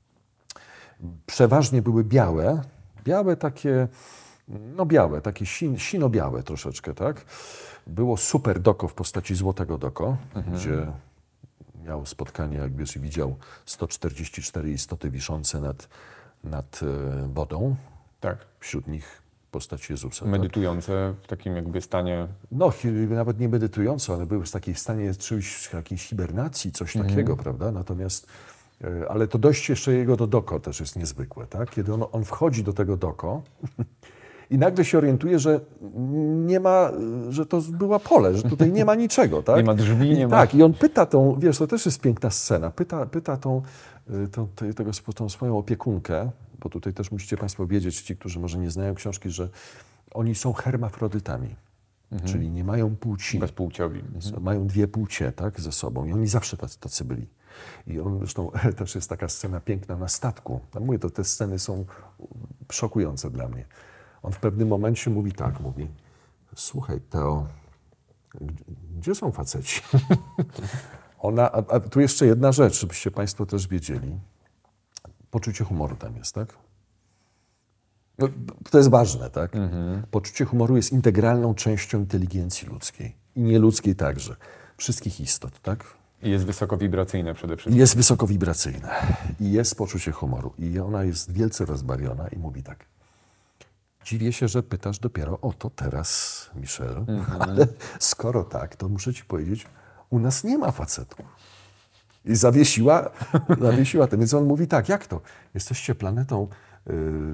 Przeważnie były białe. Białe takie, no białe, takie sin, sino-białe troszeczkę, tak? Było super doko w postaci złotego doko, Mhm. gdzie miał spotkanie, jak wiesz, i widział sto czterdzieści cztery istoty wiszące nad, nad e, wodą. Tak. Wśród nich postać Jezusa. tak? Medytujące w takim jakby stanie... No, hi- nawet nie medytująco, ale były w takiej stanie czymś, jakiejś hibernacji, coś takiego, prawda? Natomiast, e, ale to dojście jeszcze jego do doko też jest niezwykłe, tak? Kiedy on, on wchodzi do tego doko i nagle się orientuje, że nie ma, że to była pole, że tutaj nie ma niczego, tak? Nie ma drzwi, I, nie ma- Tak, i on pyta tą, wiesz, to też jest piękna scena, pyta, pyta tą, y, tą, tej- tego, spo- tą swoją opiekunkę, bo tutaj też musicie Państwo wiedzieć, ci, którzy może nie znają książki, że oni są hermafrodytami, czyli nie mają płci. bezpłciowi. Mają dwie płcie, tak, ze sobą i oni zawsze tacy, tacy byli. I on zresztą też jest taka scena piękna na statku. Ja mówię, to te sceny są szokujące dla mnie. On w pewnym momencie mówi tak, mówi, słuchaj Teo, gdzie- gdzie są faceci? Ona, a, a tu jeszcze jedna rzecz, żebyście Państwo też wiedzieli. Poczucie humoru tam jest, tak? No, to jest ważne, tak? Poczucie humoru jest integralną częścią inteligencji ludzkiej i nieludzkiej także. Wszystkich istot, tak? I jest wysoko wibracyjne przede I wszystkim. jest wysoko wibracyjne. I jest poczucie humoru. I ona jest wielce rozbawiona i mówi tak. Dziwię się, że pytasz dopiero o to teraz, Michel, ale skoro tak, to muszę ci powiedzieć, u nas nie ma facetów. I zawiesiła, zawiesiła ten. Więc on mówi tak, jak to? Jesteście planetą yy,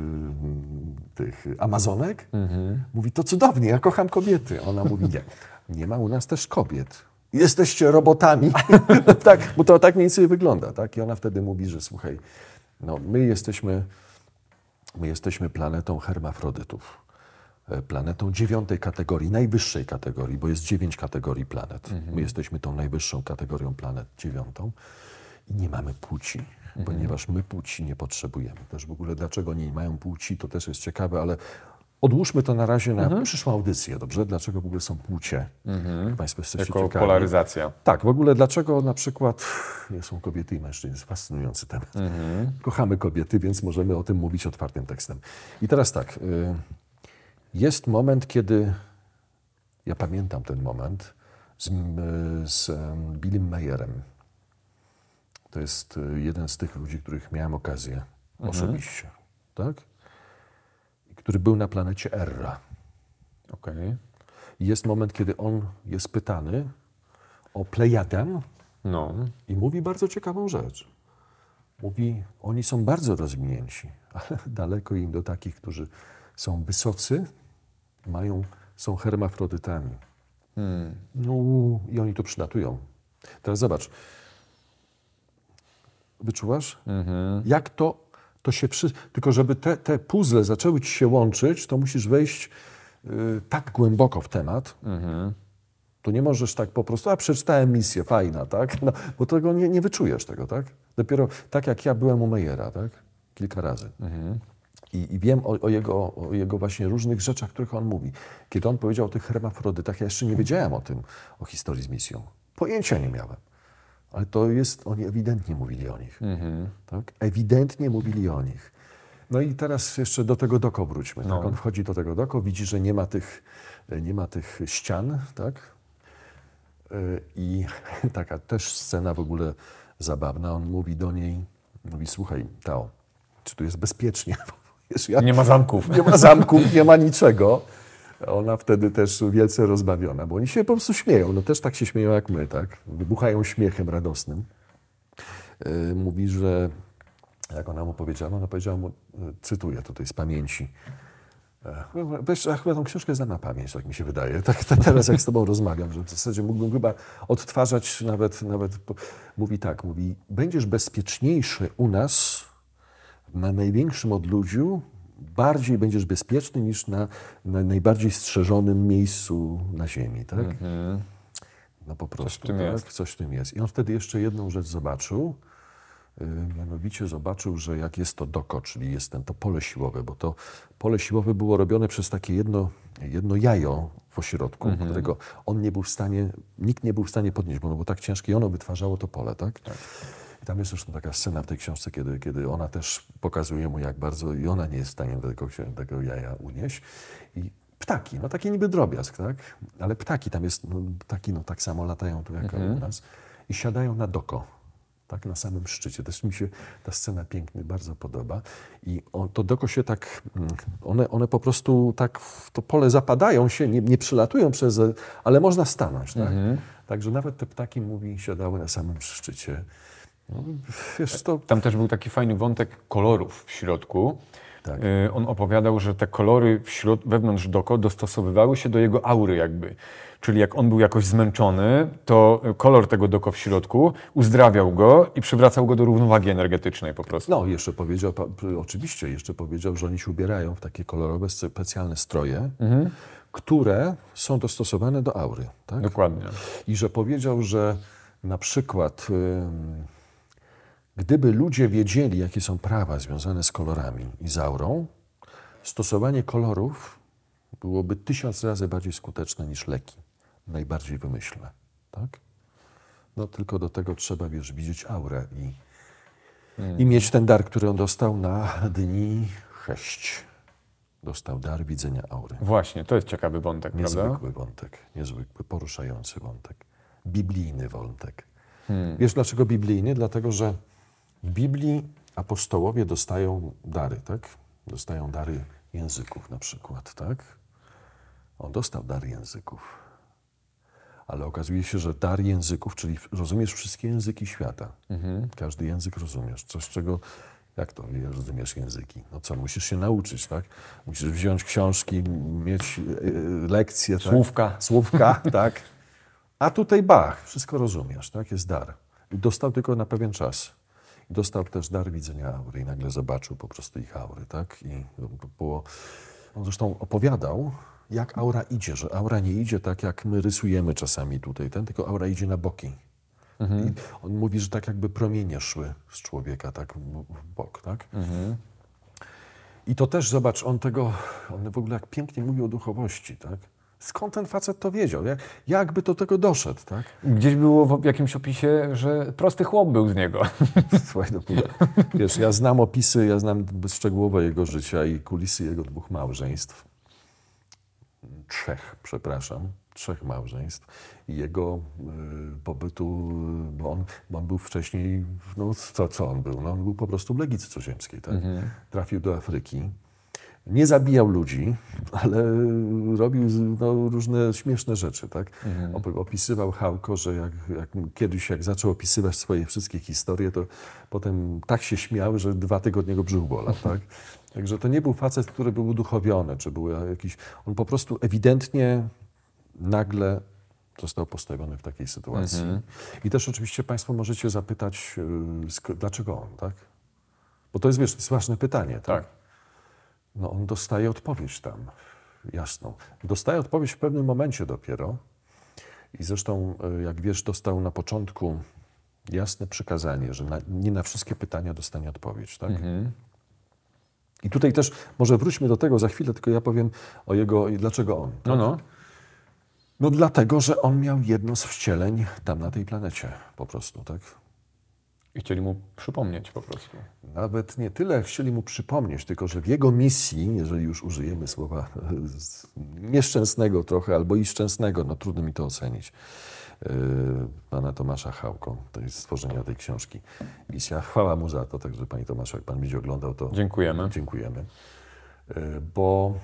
tych Amazonek? Mówi, to cudownie, ja kocham kobiety. Ona mówi, nie, nie ma u nas też kobiet. Jesteście robotami. Tak, bo to tak mniej więcej wygląda. Tak? I ona wtedy mówi, że słuchaj, no, my jesteśmy, my jesteśmy planetą hermafrodytów. E, Planetą dziewiątej kategorii, najwyższej kategorii, bo jest dziewięć kategorii planet. My jesteśmy tą najwyższą kategorią planet, dziewiątą. I nie mamy płci, ponieważ my płci nie potrzebujemy. Też w ogóle dlaczego oni nie mają płci, to też jest ciekawe, ale odłóżmy to na razie na przyszłą audycję, dobrze? Dlaczego w ogóle są płcie? Jak Państwo jesteście Jako ciekawi. polaryzacja. Tak, w ogóle dlaczego na przykład nie są kobiety i mężczyźni? Jest fascynujący temat. Kochamy kobiety, więc możemy o tym mówić otwartym tekstem. I teraz tak, y, jest moment, kiedy, ja pamiętam ten moment, z, m, z em, Billym Mayerem. To jest y, jeden z tych ludzi, których miałem okazję osobiście, tak? I który był na planecie Erra. Okej. I jest moment, kiedy on jest pytany o Plejadan No. i mówi bardzo ciekawą rzecz. Mówi, oni są bardzo rozwinięci, ale daleko im do takich, którzy są wysocy, mają, są hermafrodytami. Hmm. No i oni to przylatują. Teraz zobacz. Wyczuwasz? Mhm. Jak to, to się wszystko... Tylko żeby te, te puzzle zaczęły ci się łączyć, to musisz wejść y, tak głęboko w temat. Mhm. To nie możesz tak po prostu, a przeczytałem misję, fajna, tak? No, bo tego nie, nie wyczujesz tego, tak? Dopiero tak jak ja byłem u Mejera, tak? Kilka razy. Mhm. I, I wiem o, o, jego, o jego właśnie różnych rzeczach, których on mówi. Kiedy on powiedział o tych hermafrodytach, ja jeszcze nie wiedziałem o tym, o historii z misją. Pojęcia nie miałem. Ale to jest, oni ewidentnie mówili o nich. Mhm. Tak? Ewidentnie mówili o nich. No i teraz jeszcze do tego doko wróćmy. No. Tak? On wchodzi do tego doko, widzi, że nie ma tych, nie ma tych ścian, tak? I taka też scena w ogóle zabawna. On mówi do niej, mówi, słuchaj, Tao, czy tu jest bezpiecznie? Wiesz, ja, Nie ma zamków. nie ma zamków, nie ma niczego. Ona wtedy też wielce rozbawiona, bo oni się po prostu śmieją. No też tak się śmieją jak my, tak? Wybuchają śmiechem radosnym. Yy, mówi, że jak ona mu powiedziała, ona powiedziała mu, cytuję tutaj z pamięci, Wiesz, ja chyba tą książkę znam na pamięć, tak mi się wydaje. Tak, tak teraz jak z tobą rozmawiam, że w zasadzie mógłbym chyba odtwarzać nawet, nawet mówi tak, mówi, będziesz bezpieczniejszy u nas na największym odludziu, bardziej będziesz bezpieczny niż na, na najbardziej strzeżonym miejscu na ziemi, tak? Mhm. No po prostu, Coś w tym tak? jest. Coś w tym jest. I on wtedy jeszcze jedną rzecz zobaczył, Yy, mianowicie zobaczył, że jak jest to doko, czyli jest ten, to pole siłowe, bo to pole siłowe było robione przez takie jedno, jedno jajo w ośrodku, Mhm. którego on nie był w stanie, nikt nie był w stanie podnieść, bo ono było tak ciężkie i ono wytwarzało to pole, tak? Tak. I tam jest zresztą taka scena w tej książce, kiedy, kiedy ona też pokazuje mu, jak bardzo i ona nie jest w stanie tego, tego jaja unieść. I ptaki, no taki niby drobiazg, tak? Ale ptaki, tam jest, no, ptaki no tak samo latają tu jak Mhm. u nas i siadają na doko. Tak, na samym szczycie. Też mi się ta scena pięknie bardzo podoba. I on, to doko się tak, one, one po prostu tak w to pole zapadają się, nie, nie przylatują przez, ale można stanąć. Tak? Mhm. Także nawet te ptaki, mówi, siadały na samym szczycie. No, wiesz, to... Tam też był taki fajny wątek kolorów w środku. Tak. Y, On opowiadał, że te kolory w środ- wewnątrz doko dostosowywały się do jego aury jakby. Czyli jak on był jakoś zmęczony, to kolor tego doko w środku uzdrawiał go i przywracał go do równowagi energetycznej po prostu. No, jeszcze powiedział, pa- oczywiście, jeszcze powiedział, że oni się ubierają w takie kolorowe, specjalne stroje, Mhm. które są dostosowane do aury. Tak? Dokładnie. I że powiedział, że na przykład ym, gdyby ludzie wiedzieli, jakie są prawa związane z kolorami i z aurą, stosowanie kolorów byłoby tysiąc razy bardziej skuteczne niż leki. Najbardziej wymyślne. Tak? No tylko do tego trzeba, wiesz, widzieć aurę i, i mieć ten dar, który on dostał na dni sześć. Dostał dar widzenia aury. Właśnie, to jest ciekawy wątek, prawda? Niezwykły wątek, niezwykły, poruszający wątek. Biblijny wątek. Hmm. Wiesz dlaczego biblijny? Dlatego, że w Biblii apostołowie dostają dary, tak? Dostają dary języków na przykład, tak? On dostał dar języków. Ale okazuje się, że dar języków, czyli rozumiesz wszystkie języki świata. Mhm. Każdy język rozumiesz. Coś, czego... Jak to rozumiesz języki? No co, musisz się nauczyć, tak? Musisz wziąć książki, mieć y, lekcje, tak? Słówka. Słówka, tak. A tutaj bach, wszystko rozumiesz, tak? Jest dar. I dostał tylko na pewien czas. I dostał też dar widzenia aury i nagle zobaczył po prostu ich aury, tak? I było... On zresztą opowiadał, jak aura idzie, że aura nie idzie tak, jak my rysujemy czasami tutaj, ten, tylko aura idzie na boki. Mhm. I on mówi, że tak jakby promienie szły z człowieka, tak w w bok, tak? Mhm. I to też, zobacz, on tego, on w ogóle jak pięknie mówi o duchowości, tak? Skąd ten facet to wiedział? Jak, jakby do tego doszedł, tak? Gdzieś było w jakimś opisie, że prosty chłop był z niego. Słuchaj, no, wiesz, ja znam opisy, ja znam szczegółowo jego życia i kulisy jego dwóch małżeństw. Trzech, przepraszam, trzech małżeństw i jego y, pobytu, y, bo, on, bo on był wcześniej, no co, co on był? No, on był po prostu w Legii Cudzoziemskiej, tak? Mhm. Trafił do Afryki. Nie zabijał ludzi, ale robił no, różne śmieszne rzeczy, tak? Mhm. Op- Opisywał Hałko, że jak, jak kiedyś jak zaczął opisywać swoje wszystkie historie, to potem tak się śmiał, że dwa tygodnie go brzuch bolał, tak? Także to nie był facet, który był uduchowiony, czy był jakiś... On po prostu ewidentnie nagle został postawiony w takiej sytuacji. Mhm. I też oczywiście Państwo możecie zapytać, yy, sk- dlaczego on, tak? Bo to jest, wiesz, to jest ważne pytanie, tak? Tak. No on dostaje odpowiedź tam, jasną. Dostaje odpowiedź w pewnym momencie dopiero. I zresztą, yy, jak wiesz, dostał na początku jasne przykazanie, że na, nie na wszystkie pytania dostanie odpowiedź, tak? Mhm. I tutaj też, może wróćmy do tego za chwilę, tylko ja powiem o jego, i dlaczego on. No, no. No dlatego, że on miał jedno z wcieleń tam na tej planecie, po prostu, tak? I chcieli mu przypomnieć po prostu. Nawet nie tyle chcieli mu przypomnieć, tylko że w jego misji, jeżeli już użyjemy słowa z- nieszczęsnego trochę, albo i szczęsnego, no trudno mi to ocenić, yy, pana Tomasza Chałko, to jest stworzenia tej książki. Misja, chwała mu za to, także panie Tomaszu, jak pan będzie oglądał, to Dziękujemy. dziękujemy. Yy, Bo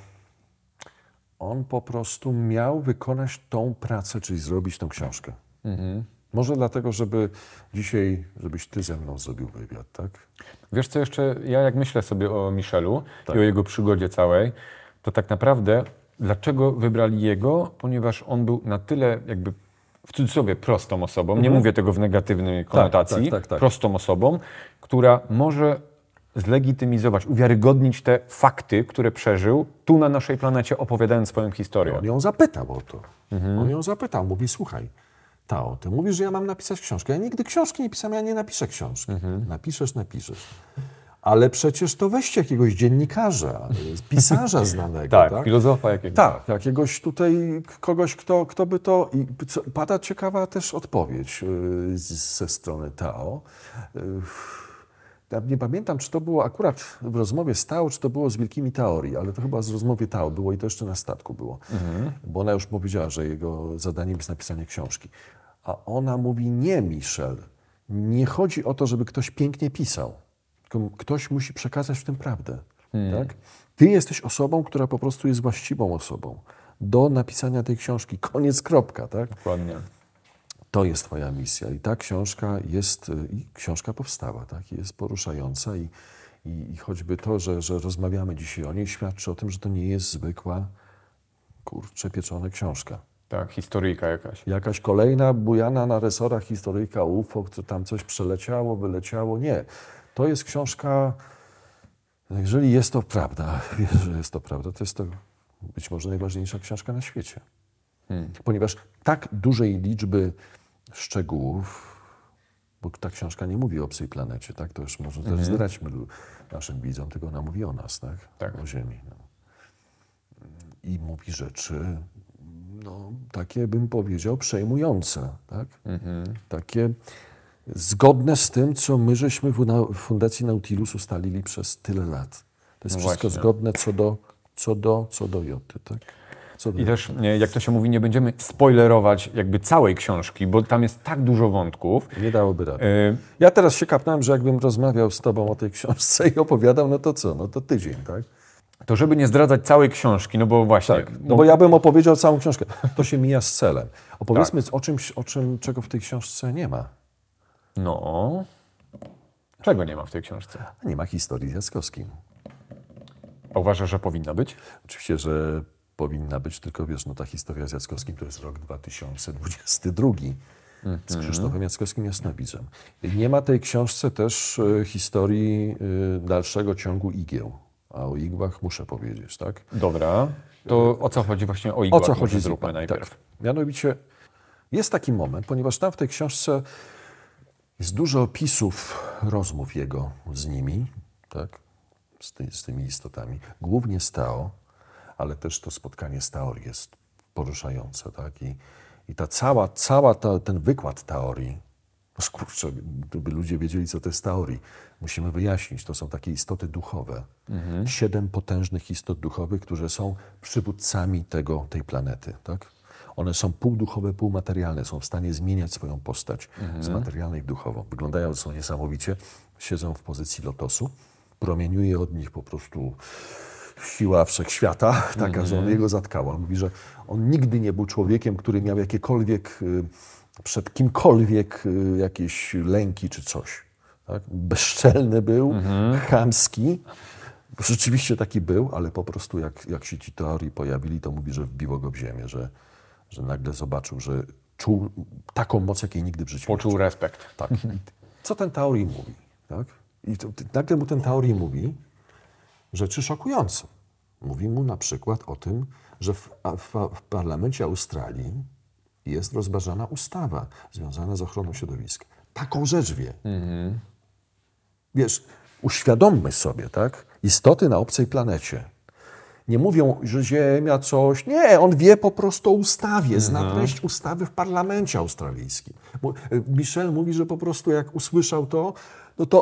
on po prostu miał wykonać tą pracę, czyli zrobić tą książkę. Mhm. Może dlatego, żeby dzisiaj, żebyś ty ze mną zrobił wywiad, tak? Wiesz co jeszcze, ja jak myślę sobie o Michelu Tak. i o jego przygodzie całej, to tak naprawdę dlaczego wybrali jego? Ponieważ on był na tyle jakby w cudzysłowie prostą osobą, nie mówię tego w negatywnej konotacji, tak, tak, tak. prostą osobą, która może zlegitymizować, uwiarygodnić te fakty, które przeżył tu na naszej planecie, opowiadając swoją historię. On ją zapytał o to. On ją zapytał, mówi, słuchaj, Tao, ty mówisz, że ja mam napisać książkę. Ja nigdy książki nie pisałem, ja nie napiszę książki. Napiszesz, napiszesz. Ale przecież to weźcie jakiegoś dziennikarza, pisarza znanego, Tak, tak? filozofa jakiegoś. Tak, jakiegoś tutaj kogoś, kto, kto by to... I co, pada ciekawa też odpowiedź yy, z- ze strony Tao. Yy, ja nie pamiętam, czy to było akurat w rozmowie z Tao, czy to było z wielkimi teorii, ale to chyba z rozmowy Tao było i to jeszcze na statku było. Bo ona już powiedziała, że jego zadaniem jest napisanie książki. A ona mówi, nie Michel, nie chodzi o to, żeby ktoś pięknie pisał, tylko ktoś musi przekazać w tym prawdę. Tak? Ty jesteś osobą, która po prostu jest właściwą osobą do napisania tej książki. Koniec, kropka. Tak? Dokładnie. To jest twoja misja i ta książka jest, y, i książka powstała, tak? Jest poruszająca i, i, i choćby to, że, że rozmawiamy dzisiaj o niej, świadczy o tym, że to nie jest zwykła, kurczę, pieczona książka. Tak, historyjka jakaś. Jakaś kolejna bujana na resorach historyjka U F O, gdzie tam coś przeleciało, wyleciało. Nie. To jest książka, jeżeli jest to prawda, wierzę, że jest to prawda, to jest to być może najważniejsza książka na świecie. Hmm. Ponieważ tak dużej liczby szczegółów, bo ta książka nie mówi o obcej planecie, tak? To już może też zdradźmy lu- naszym widzom, tylko ona mówi o nas, tak? Tak. O Ziemi. No. I mówi rzeczy, no, takie bym powiedział, przejmujące, tak? Takie zgodne z tym, co my żeśmy w na- w Fundacji Nautilus ustalili przez tyle lat. To jest No wszystko właśnie. zgodne co do, co do, co do joty, tak? Co do I też, nie, jak to się mówi, nie będziemy spoilerować jakby całej książki, bo tam jest tak dużo wątków. Nie dałoby rady. Y, Ja teraz się kapnąłem, że jakbym rozmawiał z tobą o tej książce i opowiadał, no to co? No to tydzień, tak? To żeby nie zdradzać całej książki, no bo właśnie... Tak, no bo ja bym opowiedział całą książkę. To się mija z celem. Opowiedzmy Tak. o czymś, o czym, czego w tej książce nie ma. No... Czego nie ma w tej książce? Nie ma historii z Jackowskim. A uważasz, że powinna być? Oczywiście, że powinna być, tylko wiesz, no ta historia z Jackowskim to jest rok dwa tysiące dwudziesty drugi. Z Krzysztofem Jackowskim Jasnowidzem. Nie ma tej książce też e, historii e, dalszego ciągu igieł. A o igłach muszę powiedzieć, tak? Dobra. To o co chodzi właśnie o igłach? O co Może chodzi z zróbmy igłami? najpierw. Tak. Mianowicie jest taki moment, ponieważ tam w tej książce jest dużo opisów rozmów jego z nimi, tak? z, ty, z tymi istotami, głównie z Tao, ale też to spotkanie z Taori jest poruszające. Tak? I, i ta cała, cała ta, ten wykład teorii, no kurczę, gdyby ludzie wiedzieli, co to jest teorii, musimy wyjaśnić, to są takie istoty duchowe. Siedem potężnych istot duchowych, które są przywódcami tego, tej planety. Tak? One są półduchowe, półmaterialne, są w stanie zmieniać swoją postać z materialnej w duchową. Wyglądają, są niesamowicie, siedzą w pozycji lotosu, promieniuje od nich po prostu siła wszechświata, taka, że on jego zatkała. Mówi, że on nigdy nie był człowiekiem, który miał jakiekolwiek, y, przed kimkolwiek y, jakieś lęki czy coś. Tak? Bezczelny był, chamski. Rzeczywiście taki był, ale po prostu jak, jak się ci teorii pojawili, to mówi, że wbiło go w ziemię, że, że nagle zobaczył, że czuł taką moc, jakiej nigdy w życiu nie Poczuł respekt. tak. Co ten teorii mówi? Tak? I to, nagle mu ten teorii mówi rzeczy szokujące. Mówi mu na przykład o tym, że w, w, w parlamencie Australii jest rozważana ustawa związana z ochroną środowiska. Taką rzecz wie. Mhm. Wiesz, uświadommy sobie, tak? Istoty na obcej planecie. Nie mówią, że Ziemia coś... Nie, on wie po prostu o ustawie, zna treść ustawy w parlamencie australijskim. Michel mówi, że po prostu jak usłyszał to, no to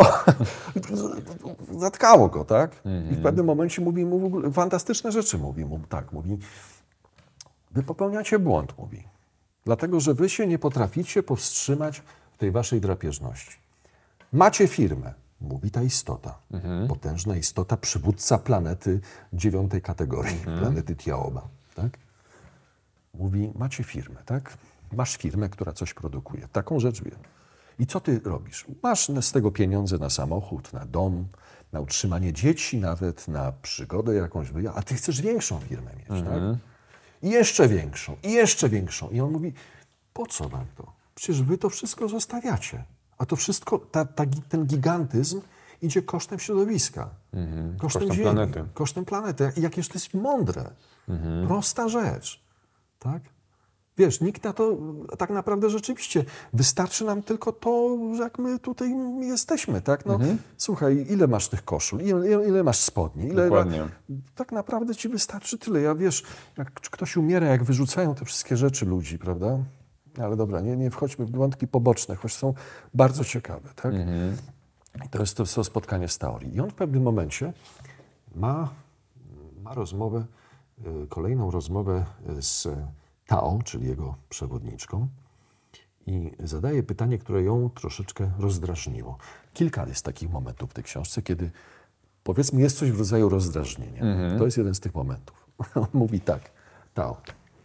zatkało go, tak? I w pewnym momencie mówi mu w ogóle fantastyczne rzeczy. Mówi mu tak, mówi, wy popełniacie błąd, mówi. Dlatego, że wy się nie potraficie powstrzymać w tej waszej drapieżności. Macie firmę. Mówi ta istota, mhm. potężna istota, przywódca planety dziewiątej kategorii, mhm. planety Tiaoba, tak? Mówi, macie firmę, tak? Masz firmę, która coś produkuje. Taką rzecz wie. I co ty robisz? Masz z tego pieniądze na samochód, na dom, na utrzymanie dzieci, nawet na przygodę jakąś, a ty chcesz większą firmę mieć, mhm. tak? I jeszcze większą, i jeszcze większą. I on mówi, po co wam to? Przecież wy to wszystko zostawiacie. A to wszystko, ta, ta, ten gigantyzm idzie kosztem środowiska, mhm. kosztem, kosztem Ziemi, planety. kosztem planety. I jakież to jest mądre, mhm. prosta rzecz, tak? Wiesz, nikt na to tak naprawdę rzeczywiście, wystarczy nam tylko to, że jak my tutaj jesteśmy, tak? No, mhm. Słuchaj, ile masz tych koszul, ile, ile masz spodni, ile Dokładnie. Ma, tak naprawdę ci wystarczy tyle. Ja wiesz, jak ktoś umiera, jak wyrzucają te wszystkie rzeczy ludzi, prawda? Ale dobra, nie, nie wchodźmy w wątki poboczne, choć są bardzo ciekawe, tak? Mhm. I to jest to, to spotkanie z teorii. I on w pewnym momencie ma, ma rozmowę, y, kolejną rozmowę z Tao, czyli jego przewodniczką, i zadaje pytanie, które ją troszeczkę rozdrażniło. Kilka jest takich momentów w tej książce, kiedy powiedzmy jest coś w rodzaju rozdrażnienia. Mhm. To jest jeden z tych momentów. On mówi tak, Tao,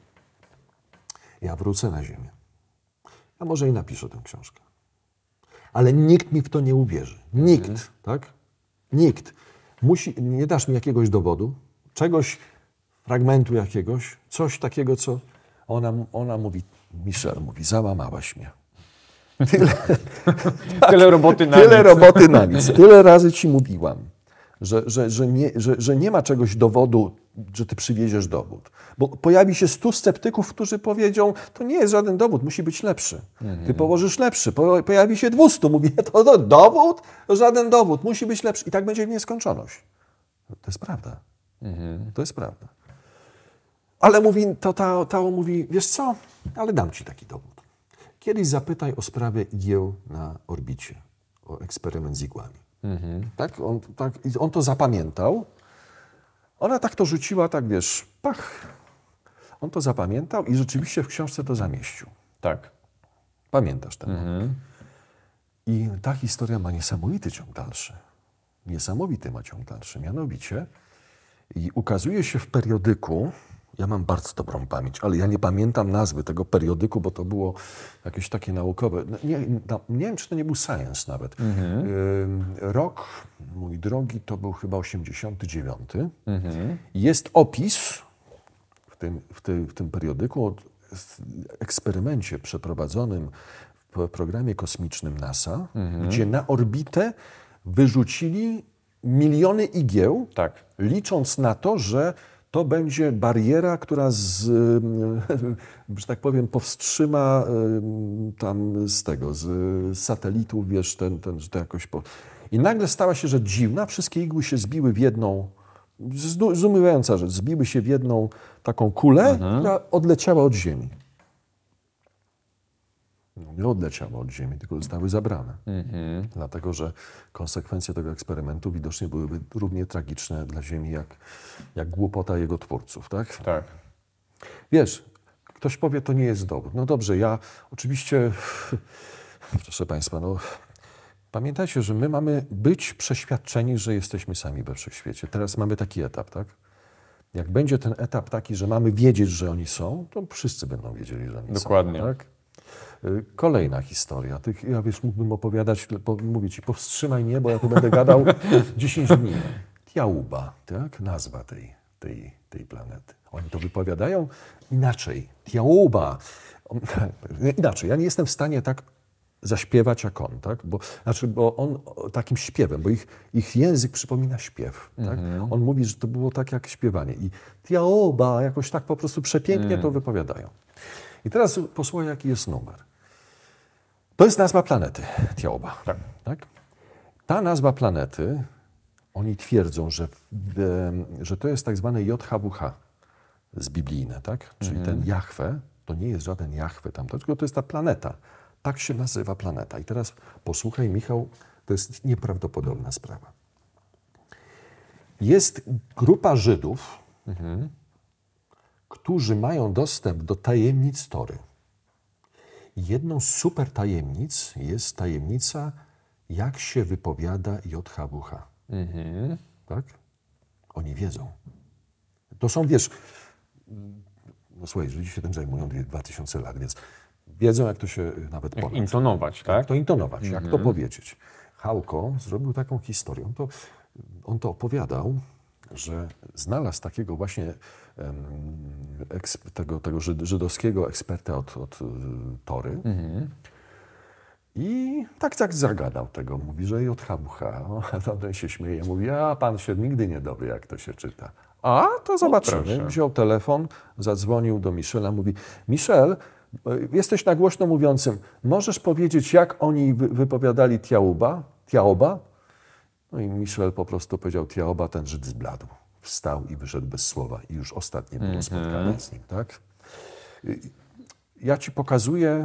ja wrócę na Ziemię. A może i napiszę tę książkę. Ale nikt mi w to nie uwierzy. Nikt, mhm. tak? Nikt. Musi, nie dasz mi jakiegoś dowodu, czegoś, fragmentu jakiegoś, coś takiego, co... Ona, ona mówi, Michel mówi, załamałaś mnie. Tyle, tyle roboty na tyle nic. roboty na nic. Tyle razy ci mówiłam, że, że, że, nie, że, że nie ma czegoś dowodu, że ty przywieziesz dowód. Bo pojawi się stu sceptyków, którzy powiedzą, to nie jest żaden dowód, musi być lepszy. Mhm. Ty położysz lepszy. Po, pojawi się dwustu, mówi, to, to dowód? To żaden dowód, musi być lepszy. I tak będzie w nieskończoność. To jest prawda. Mhm. To jest prawda. Ale mówi, to Tao, Tao mówi, wiesz co, ale dam ci taki dowód. Kiedyś zapytaj o sprawę igieł na orbicie, o eksperyment z igłami. Mhm. Tak? On, tak? On to zapamiętał. Ona tak to rzuciła, tak wiesz, pach. On to zapamiętał i rzeczywiście w książce to zamieścił. Tak. Pamiętasz ten mhm. I ta historia ma niesamowity ciąg dalszy. Niesamowity ma ciąg dalszy. Mianowicie i ukazuje się w periodyku, ja mam bardzo dobrą pamięć, ale ja nie pamiętam nazwy tego periodyku, bo to było jakieś takie naukowe. Nie, nie wiem, czy to nie był Science nawet. Mhm. Rok, mój drogi, to był chyba osiemdziesiąty dziewiąty. Mhm. Jest opis w tym, w, tym, w tym periodyku o eksperymencie przeprowadzonym w programie kosmicznym NASA, mhm. gdzie na orbitę wyrzucili miliony igieł, tak. licząc na to, że to będzie bariera, która, z, że tak powiem, powstrzyma tam z tego, z satelitów, wiesz, ten, ten, że to jakoś... Po... I nagle stała się rzecz dziwna, wszystkie igły się zbiły w jedną, zdumiewająca rzecz, zbiły się w jedną taką kulę, mhm. która odleciała od Ziemi. No, nie odleciały od Ziemi, tylko zostały zabrane. Mm-hmm. Dlatego, że konsekwencje tego eksperymentu widocznie byłyby równie tragiczne dla Ziemi, jak, jak głupota jego twórców, tak? Tak. Wiesz, ktoś powie, to nie jest dowód. No dobrze, ja oczywiście, proszę Państwa, no pamiętajcie, że my mamy być przeświadczeni, że jesteśmy sami we wszechświecie. Teraz mamy taki etap, tak? Jak będzie ten etap taki, że mamy wiedzieć, że oni są, to wszyscy będą wiedzieli, że oni Dokładnie. są. Tak? Kolejna historia. Tych, ja wiesz, mógłbym opowiadać, po, mówię ci, powstrzymaj mnie, bo ja tu będę gadał dziesięć dni. Tiaoba, tak? Nazwa tej, tej, tej planety. Oni to wypowiadają inaczej. Tiaoba. Inaczej. Ja nie jestem w stanie tak zaśpiewać jak on, tak? Bo, znaczy, bo on takim śpiewem, bo ich, ich język przypomina śpiew. Tak? On mówi, że to było tak jak śpiewanie. I tiaoba jakoś tak po prostu przepięknie to wypowiadają. I teraz posłuchaj, jaki jest numer. To jest nazwa planety, Tiaoba. Tak. Tak? Ta nazwa planety, oni twierdzą, że, że to jest tak zwane J H W H z biblijne, tak? Czyli Mhm. ten Jahwe to nie jest żaden Jahwe tam, tylko to jest ta planeta. Tak się nazywa planeta. I teraz posłuchaj, Michał, to jest nieprawdopodobna sprawa. Jest grupa Żydów, Mhm. którzy mają dostęp do tajemnic Tory. Jedną z super tajemnic jest tajemnica, jak się wypowiada J H W H. Mhm. Tak? Oni wiedzą. To są, wiesz, no słuchaj, Żydzi się tym zajmują dwa tysiące lat, więc wiedzą, jak to się nawet Jak ponad. intonować, tak? Jak to intonować, jak to powiedzieć. Hałko zrobił taką historię. On to, on to opowiadał, że znalazł takiego właśnie em, eks, tego, tego żyd, żydowskiego eksperta od, od y, Tory. I tak, tak zagadał tego. Mówi, że J H W H. A tamten się śmieje. Mówi, a pan się nigdy nie dowie, jak to się czyta. A, to zobaczymy. proszę. Wziął telefon, zadzwonił do Michela. Mówi, Michel, jesteś na głośno mówiącym. Możesz powiedzieć, jak oni wy, wypowiadali Tiaoba? Tiaoba? No i Michel po prostu powiedział Tiaoba, ten Żyd zbladł. Wstał i wyszedł bez słowa. I już ostatnie było spotkanie z nim, tak? Ja ci pokazuję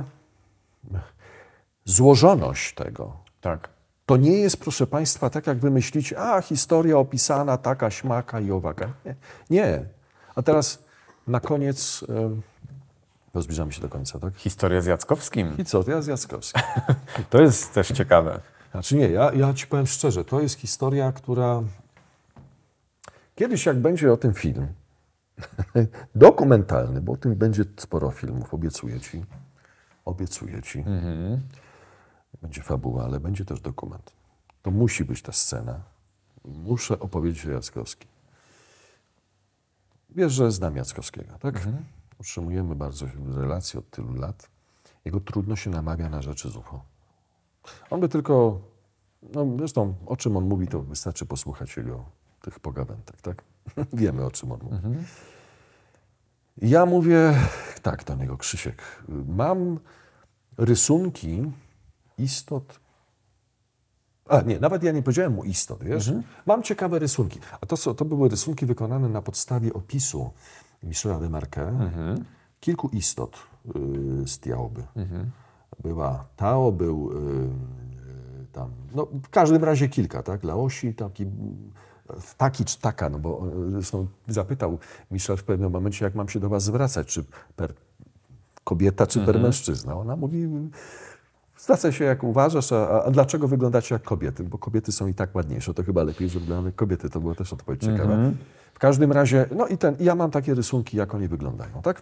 złożoność tego. Tak. To nie jest, proszę Państwa, tak jak wy myślicie, a historia opisana, taka, śmaka i owaka. Nie. Nie. A teraz na koniec, bo zbliżamy się do końca, tak? Historia z Jackowskim. Historia z Jackowskim. To jest też ciekawe. Znaczy nie, ja, ja ci powiem szczerze, to jest historia, która kiedyś jak będzie o tym film, dokumentalny, bo o tym będzie sporo filmów, obiecuję ci, obiecuję ci. Będzie fabuła, ale będzie też dokument. To musi być ta scena. Muszę opowiedzieć o Jackowskim. Wiesz, że znam Jackowskiego, tak? Utrzymujemy bardzo relacje od tylu lat. Jego trudno się namawia na rzeczy z U F O. On by tylko, no zresztą o czym on mówi, to wystarczy posłuchać jego tych pogawędek, tak? Wiemy, o czym on mówi. Ja mówię tak do niego, Krzysiek, mam rysunki istot. A nie, nawet ja nie powiedziałem mu istot, wiesz? Mam ciekawe rysunki. A to, są, to były rysunki wykonane na podstawie opisu Michela Desmarquet, kilku istot y, z Tiaoby. Była Tao, był y, tam, no w każdym razie kilka, tak? Laosi, taki, taki czy taka, no bo y, zresztą zapytał Michel w pewnym momencie, jak mam się do was zwracać, czy per kobieta, czy per mężczyzna. Ona mówi, zwracaj się jak uważasz, a, a dlaczego wyglądacie jak kobiety? Bo kobiety są i tak ładniejsze, to chyba lepiej, że wyglądają jak kobiety. To była też odpowiedź ciekawa. W każdym razie, no i ten, ja mam takie rysunki, jak oni wyglądają, tak?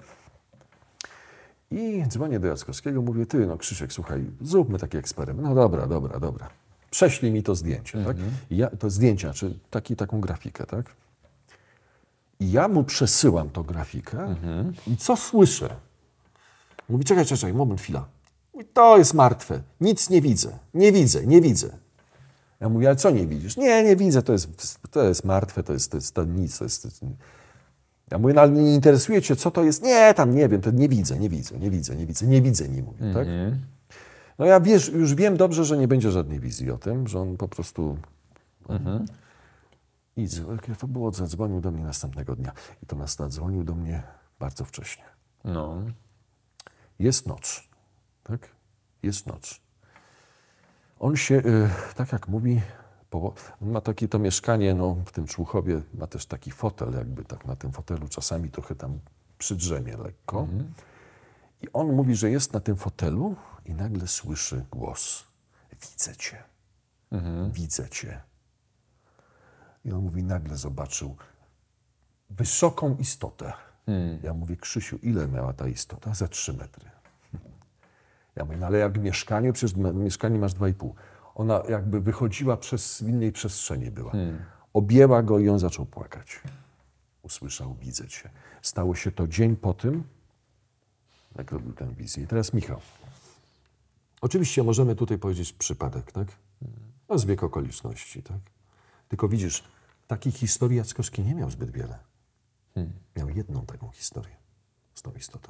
I dzwonię do Jackowskiego, mówię, ty, no Krzysiek, słuchaj, zróbmy taki eksperyment. No dobra, dobra, dobra. Prześlij mi to zdjęcie, tak? I ja, to zdjęcia, czy taki, taką grafikę, tak? I ja mu przesyłam tą grafikę i co słyszę? Mówi, czekaj, czekaj, moment, chwila. Mówi, to jest martwe, nic nie widzę, nie widzę, nie widzę. Ja mówię, ale co nie widzisz? Nie, nie widzę, to jest, to jest martwe, to jest, to jest to nic. To jest, to jest... Ja mówię, no ale nie interesuje cię, co to jest? Nie, tam nie wiem, to nie widzę, nie widzę, nie widzę, nie widzę, nie widzę, nie mówię, tak? No ja wiesz, już wiem dobrze, że nie będzie żadnej wizji o tym, że on po prostu... Mhm. I to było, zadzwonił do mnie następnego dnia. I to nas zadzwonił do mnie bardzo wcześnie. No. Jest noc, tak? Jest noc. On się, y, tak jak mówi, po, on ma takie to mieszkanie, no, w tym Człuchowie ma też taki fotel, jakby tak na tym fotelu czasami trochę tam przydrzemie lekko. Mhm. I on mówi, że jest na tym fotelu i nagle słyszy głos. Widzę cię. Mhm. Widzę cię. I on mówi, nagle zobaczył wysoką istotę. Hmm. Ja mówię, Krzysiu, ile miała ta istota? Za trzy metry. Ja mówię, no ale jak w mieszkaniu, przecież w mieszkaniu masz dwa i pół. Ona jakby wychodziła przez, w innej przestrzeni była. Hmm. Objęła go i on zaczął płakać. usłyszał widzę cię. Stało się to dzień po tym, jak robił tę wizję. I teraz Michał. Oczywiście możemy tutaj powiedzieć przypadek, tak? No zbieg okoliczności, tak? Tylko widzisz, takich historii Jackowski nie miał zbyt wiele. Hmm. Miał jedną taką historię z tą istotą.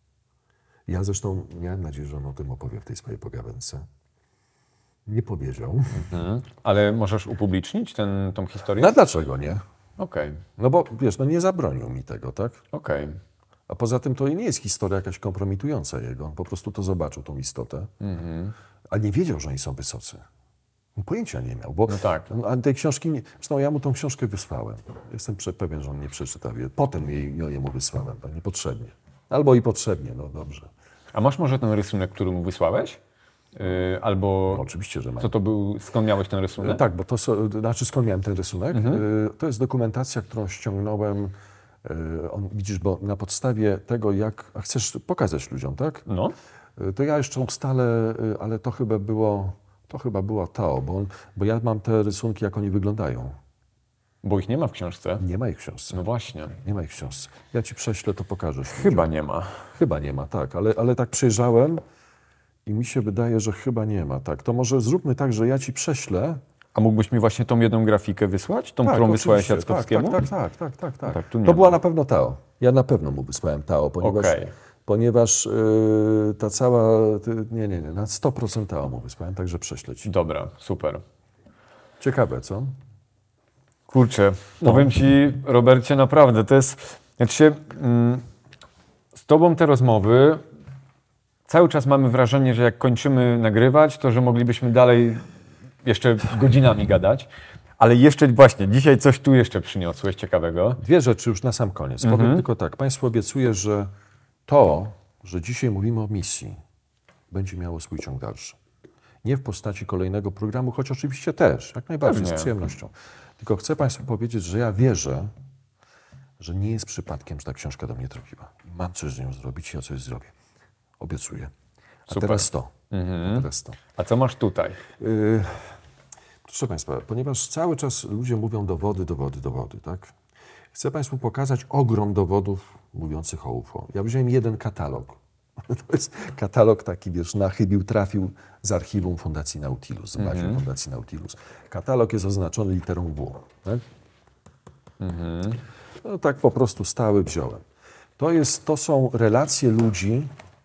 Ja zresztą miałem nadzieję, że on o tym opowie w tej swojej pogawędce. Nie powiedział. Mhm. Ale możesz upublicznić ten, tą historię? No dlaczego nie? Okej, okay. No bo wiesz, no nie zabronił mi tego, tak? okej. Okay. A poza tym to nie jest historia jakaś kompromitująca jego. On po prostu to zobaczył, tą istotę. Mhm. A nie wiedział, że oni są wysocy. Pojęcia nie miał, bo no tak. a tej książki, nie, zresztą ja mu tą książkę wysłałem. Jestem pewien, że on nie przeczytał jej. Potem jej, ja jemu wysłałem, tak niepotrzebnie. Albo i potrzebnie, no dobrze. A masz może ten rysunek, który mu wysłałeś? Yy, albo no, oczywiście, że mam. Co to był, skąd miałeś ten rysunek? Tak, bo to, znaczy skąd miałem ten rysunek? Mhm. Yy, to jest dokumentacja, którą ściągnąłem. Yy, on, widzisz, bo na podstawie tego, jak... A chcesz pokazać ludziom, tak? No. Yy, to ja jeszcze ustalę, yy, ale to chyba było... To chyba była to, bo, on, bo ja mam te rysunki, jak oni wyglądają. Bo ich nie ma w książce? Nie ma ich w książce. No właśnie. Nie ma ich w książce. Ja ci prześlę, to pokażesz. Chyba nie ma. Chyba nie ma, tak, ale, ale tak przejrzałem i mi się wydaje, że chyba nie ma, tak. To może zróbmy tak, że ja ci prześlę. A mógłbyś mi właśnie tą jedną grafikę wysłać? Tą, tak, którą wysłałeś Jackowskiemu? Tak, tak, tak, tak, tak, tak. tak To była na pewno Tao. Ja na pewno mu wysłałem Tao, ponieważ... Okay. Ponieważ yy, ta cała... Ty, nie, nie, nie, na sto procent Tao mu wysłałem, także prześlę ci. Dobra, super. Ciekawe, co? Kurczę, no. Powiem ci, Robercie, naprawdę, to jest... Znaczy, mm, z tobą te rozmowy, cały czas mamy wrażenie, że jak kończymy nagrywać, to że moglibyśmy dalej jeszcze godzinami gadać. Ale jeszcze właśnie, dzisiaj coś tu jeszcze przyniosłeś ciekawego. Dwie rzeczy już na sam koniec. Powiem Mhm. tylko tak, Państwu obiecuję, że to, że dzisiaj mówimy o misji, będzie miało swój ciąg dalszy. Nie w postaci kolejnego programu, choć oczywiście też, jak najbardziej, Pewnie. z przyjemnością. Tylko chcę Państwu powiedzieć, że ja wierzę, że nie jest przypadkiem, że ta książka do mnie trafiła. Mam coś z nią zrobić i ja coś zrobię. Obiecuję. A Super. teraz to. Mhm. A teraz to. A co masz tutaj? Yy, proszę Państwa, ponieważ cały czas ludzie mówią dowody, dowody, dowody, tak? Chcę Państwu pokazać ogrom dowodów mówiących o U F O. Ja wziąłem jeden katalog. To jest katalog taki, wiesz, na chybił, trafił z archiwum Fundacji Nautilus, z bazie Mhm. Fundacji Nautilus. Katalog jest oznaczony literą W. Tak? Mhm. No, tak po prostu stały wziąłem. To, jest, to są relacje ludzi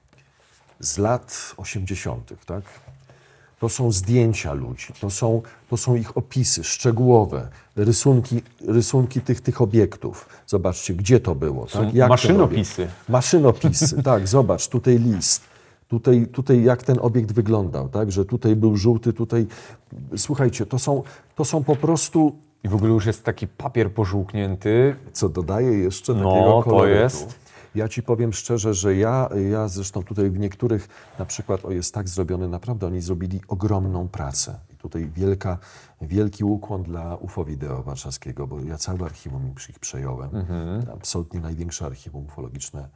z lat osiemdziesiątych, tak? To są zdjęcia ludzi, to są, to są ich opisy szczegółowe, rysunki, rysunki tych, tych obiektów. Zobaczcie, gdzie to było. Są tak? Jak maszynopisy. ten obiekt- Maszynopisy, tak, zobacz, tutaj list. Tutaj, tutaj jak ten obiekt wyglądał, tak? Że tutaj był żółty, tutaj... Słuchajcie, to są, to są po prostu... I w ogóle już jest taki papier pożółknięty. Co dodaje jeszcze No, takiego to kolorytu. jest. Ja ci powiem szczerze, że ja, ja zresztą tutaj w niektórych, na przykład o jest tak zrobiony, naprawdę oni zrobili ogromną pracę. I tutaj wielka, wielki ukłon dla U F O Wideo Warszawskiego, bo ja całe archiwum ich przejąłem. Mhm. Absolutnie największe archiwum ufologiczne.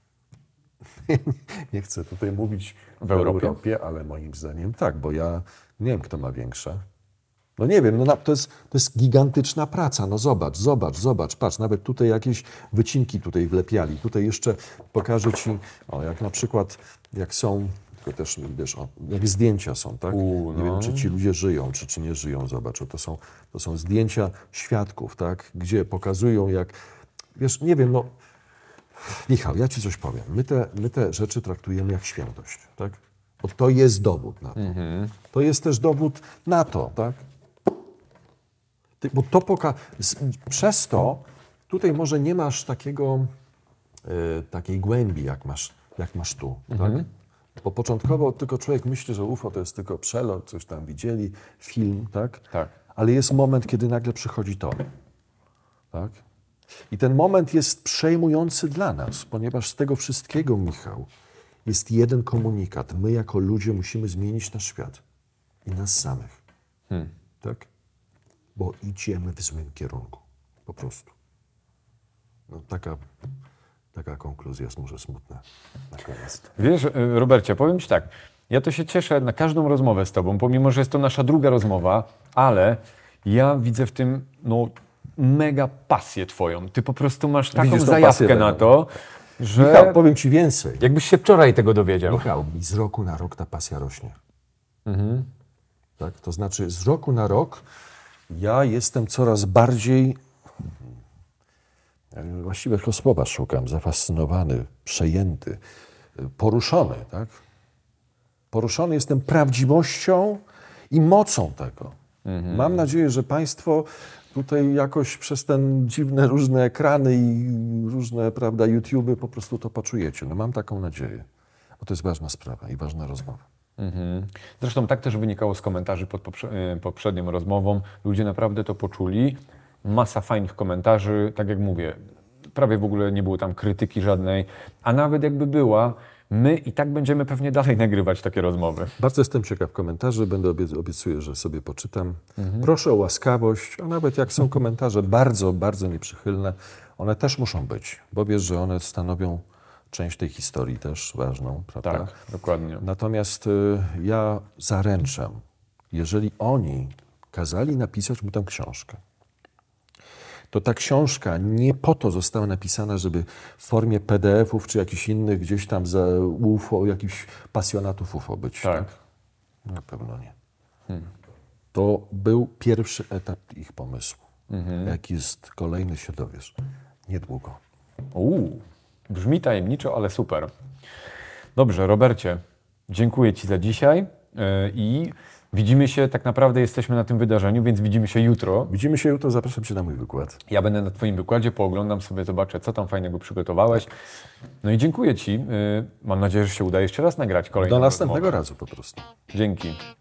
Nie chcę tutaj mówić w, W Europie? Europie, ale moim zdaniem tak, bo ja nie wiem, kto ma większe. No nie wiem, no na, to, jest, to jest gigantyczna praca. No zobacz, zobacz, zobacz, patrz, nawet tutaj jakieś wycinki tutaj wlepiali. Tutaj jeszcze pokażę ci, o, jak na przykład, jak są, tylko też, wiesz, o, jak zdjęcia są, tak? U, Nie no. wiem, czy ci ludzie żyją, czy, czy nie żyją, zobacz, o, to są, to są zdjęcia świadków, tak? Gdzie pokazują, jak, wiesz, nie wiem, no, Michał, ja ci coś powiem. My te, my te rzeczy traktujemy jak świętość, tak? Bo to jest dowód na to. Mhm. To jest też dowód na to, tak? Ty, bo to poka- z, przez to tutaj może nie masz takiego, y, takiej głębi, jak masz, jak masz tu, Mhm. tak? Bo początkowo tylko człowiek myśli, że U F O to jest tylko przelot, coś tam widzieli, film, tak? Tak. Ale jest moment, kiedy nagle przychodzi to, tak? I ten moment jest przejmujący dla nas, ponieważ z tego wszystkiego, Michał, jest jeden komunikat. My jako ludzie musimy zmienić nasz świat i nas samych. Hmm. Tak? Bo idziemy w złym kierunku. Po prostu. No, taka, taka konkluzja jest może smutna na koniec. Wiesz, y, Robercie, powiem ci tak, ja to się cieszę na każdą rozmowę z tobą, pomimo że jest to nasza druga rozmowa, ale ja widzę w tym no, mega pasję twoją. Ty po prostu masz taką Widzisz tą zajawkę pasję na tego. to, że Michał, powiem Ci więcej. jakbyś się wczoraj tego dowiedział. Michał, mi z roku na rok ta pasja rośnie. Tak? To znaczy z roku na rok ja jestem coraz bardziej, właściwego słowa szukam, zafascynowany, przejęty, poruszony. Tak? Poruszony jestem prawdziwością i mocą tego. Mam nadzieję, że Państwo tutaj jakoś przez ten dziwne różne ekrany i różne, prawda, YouTube'y po prostu to poczujecie. No mam taką nadzieję, bo to jest ważna sprawa i ważna rozmowa. Mhm. Zresztą tak też wynikało z komentarzy pod poprze- y, poprzednią rozmową. Ludzie naprawdę to poczuli. Masa fajnych komentarzy, tak jak mówię, prawie w ogóle nie było tam krytyki żadnej, a nawet jakby była, my i tak będziemy pewnie dalej nagrywać takie rozmowy. Bardzo jestem ciekaw komentarzy, będę obie- obiecuję, że sobie poczytam. Proszę o łaskawość, a nawet jak są komentarze bardzo, bardzo nieprzychylne, one też muszą być, bo wiesz, że one stanowią część tej historii też ważną, prawda? Tak, dokładnie. Natomiast y, ja zaręczam, jeżeli oni kazali napisać mu tę książkę, to ta książka nie po to została napisana, żeby w formie P D F ów czy jakichś innych gdzieś tam za U F O, jakichś pasjonatów U F O być. Tak. Na pewno nie. To był pierwszy etap ich pomysłu. Jaki jest kolejny, się dowiesz niedługo. Uuu, brzmi tajemniczo, ale super. Dobrze, Robercie, dziękuję Ci za dzisiaj yy, i widzimy się, tak naprawdę jesteśmy na tym wydarzeniu, więc widzimy się jutro. Widzimy się jutro, zapraszam Cię na mój wykład. Ja będę na Twoim wykładzie, pooglądam sobie, zobaczę, co tam fajnego przygotowałeś. No i dziękuję Ci. Yy, mam nadzieję, że się uda jeszcze raz nagrać kolejną Do następnego rozmowę. razu po prostu. Dzięki.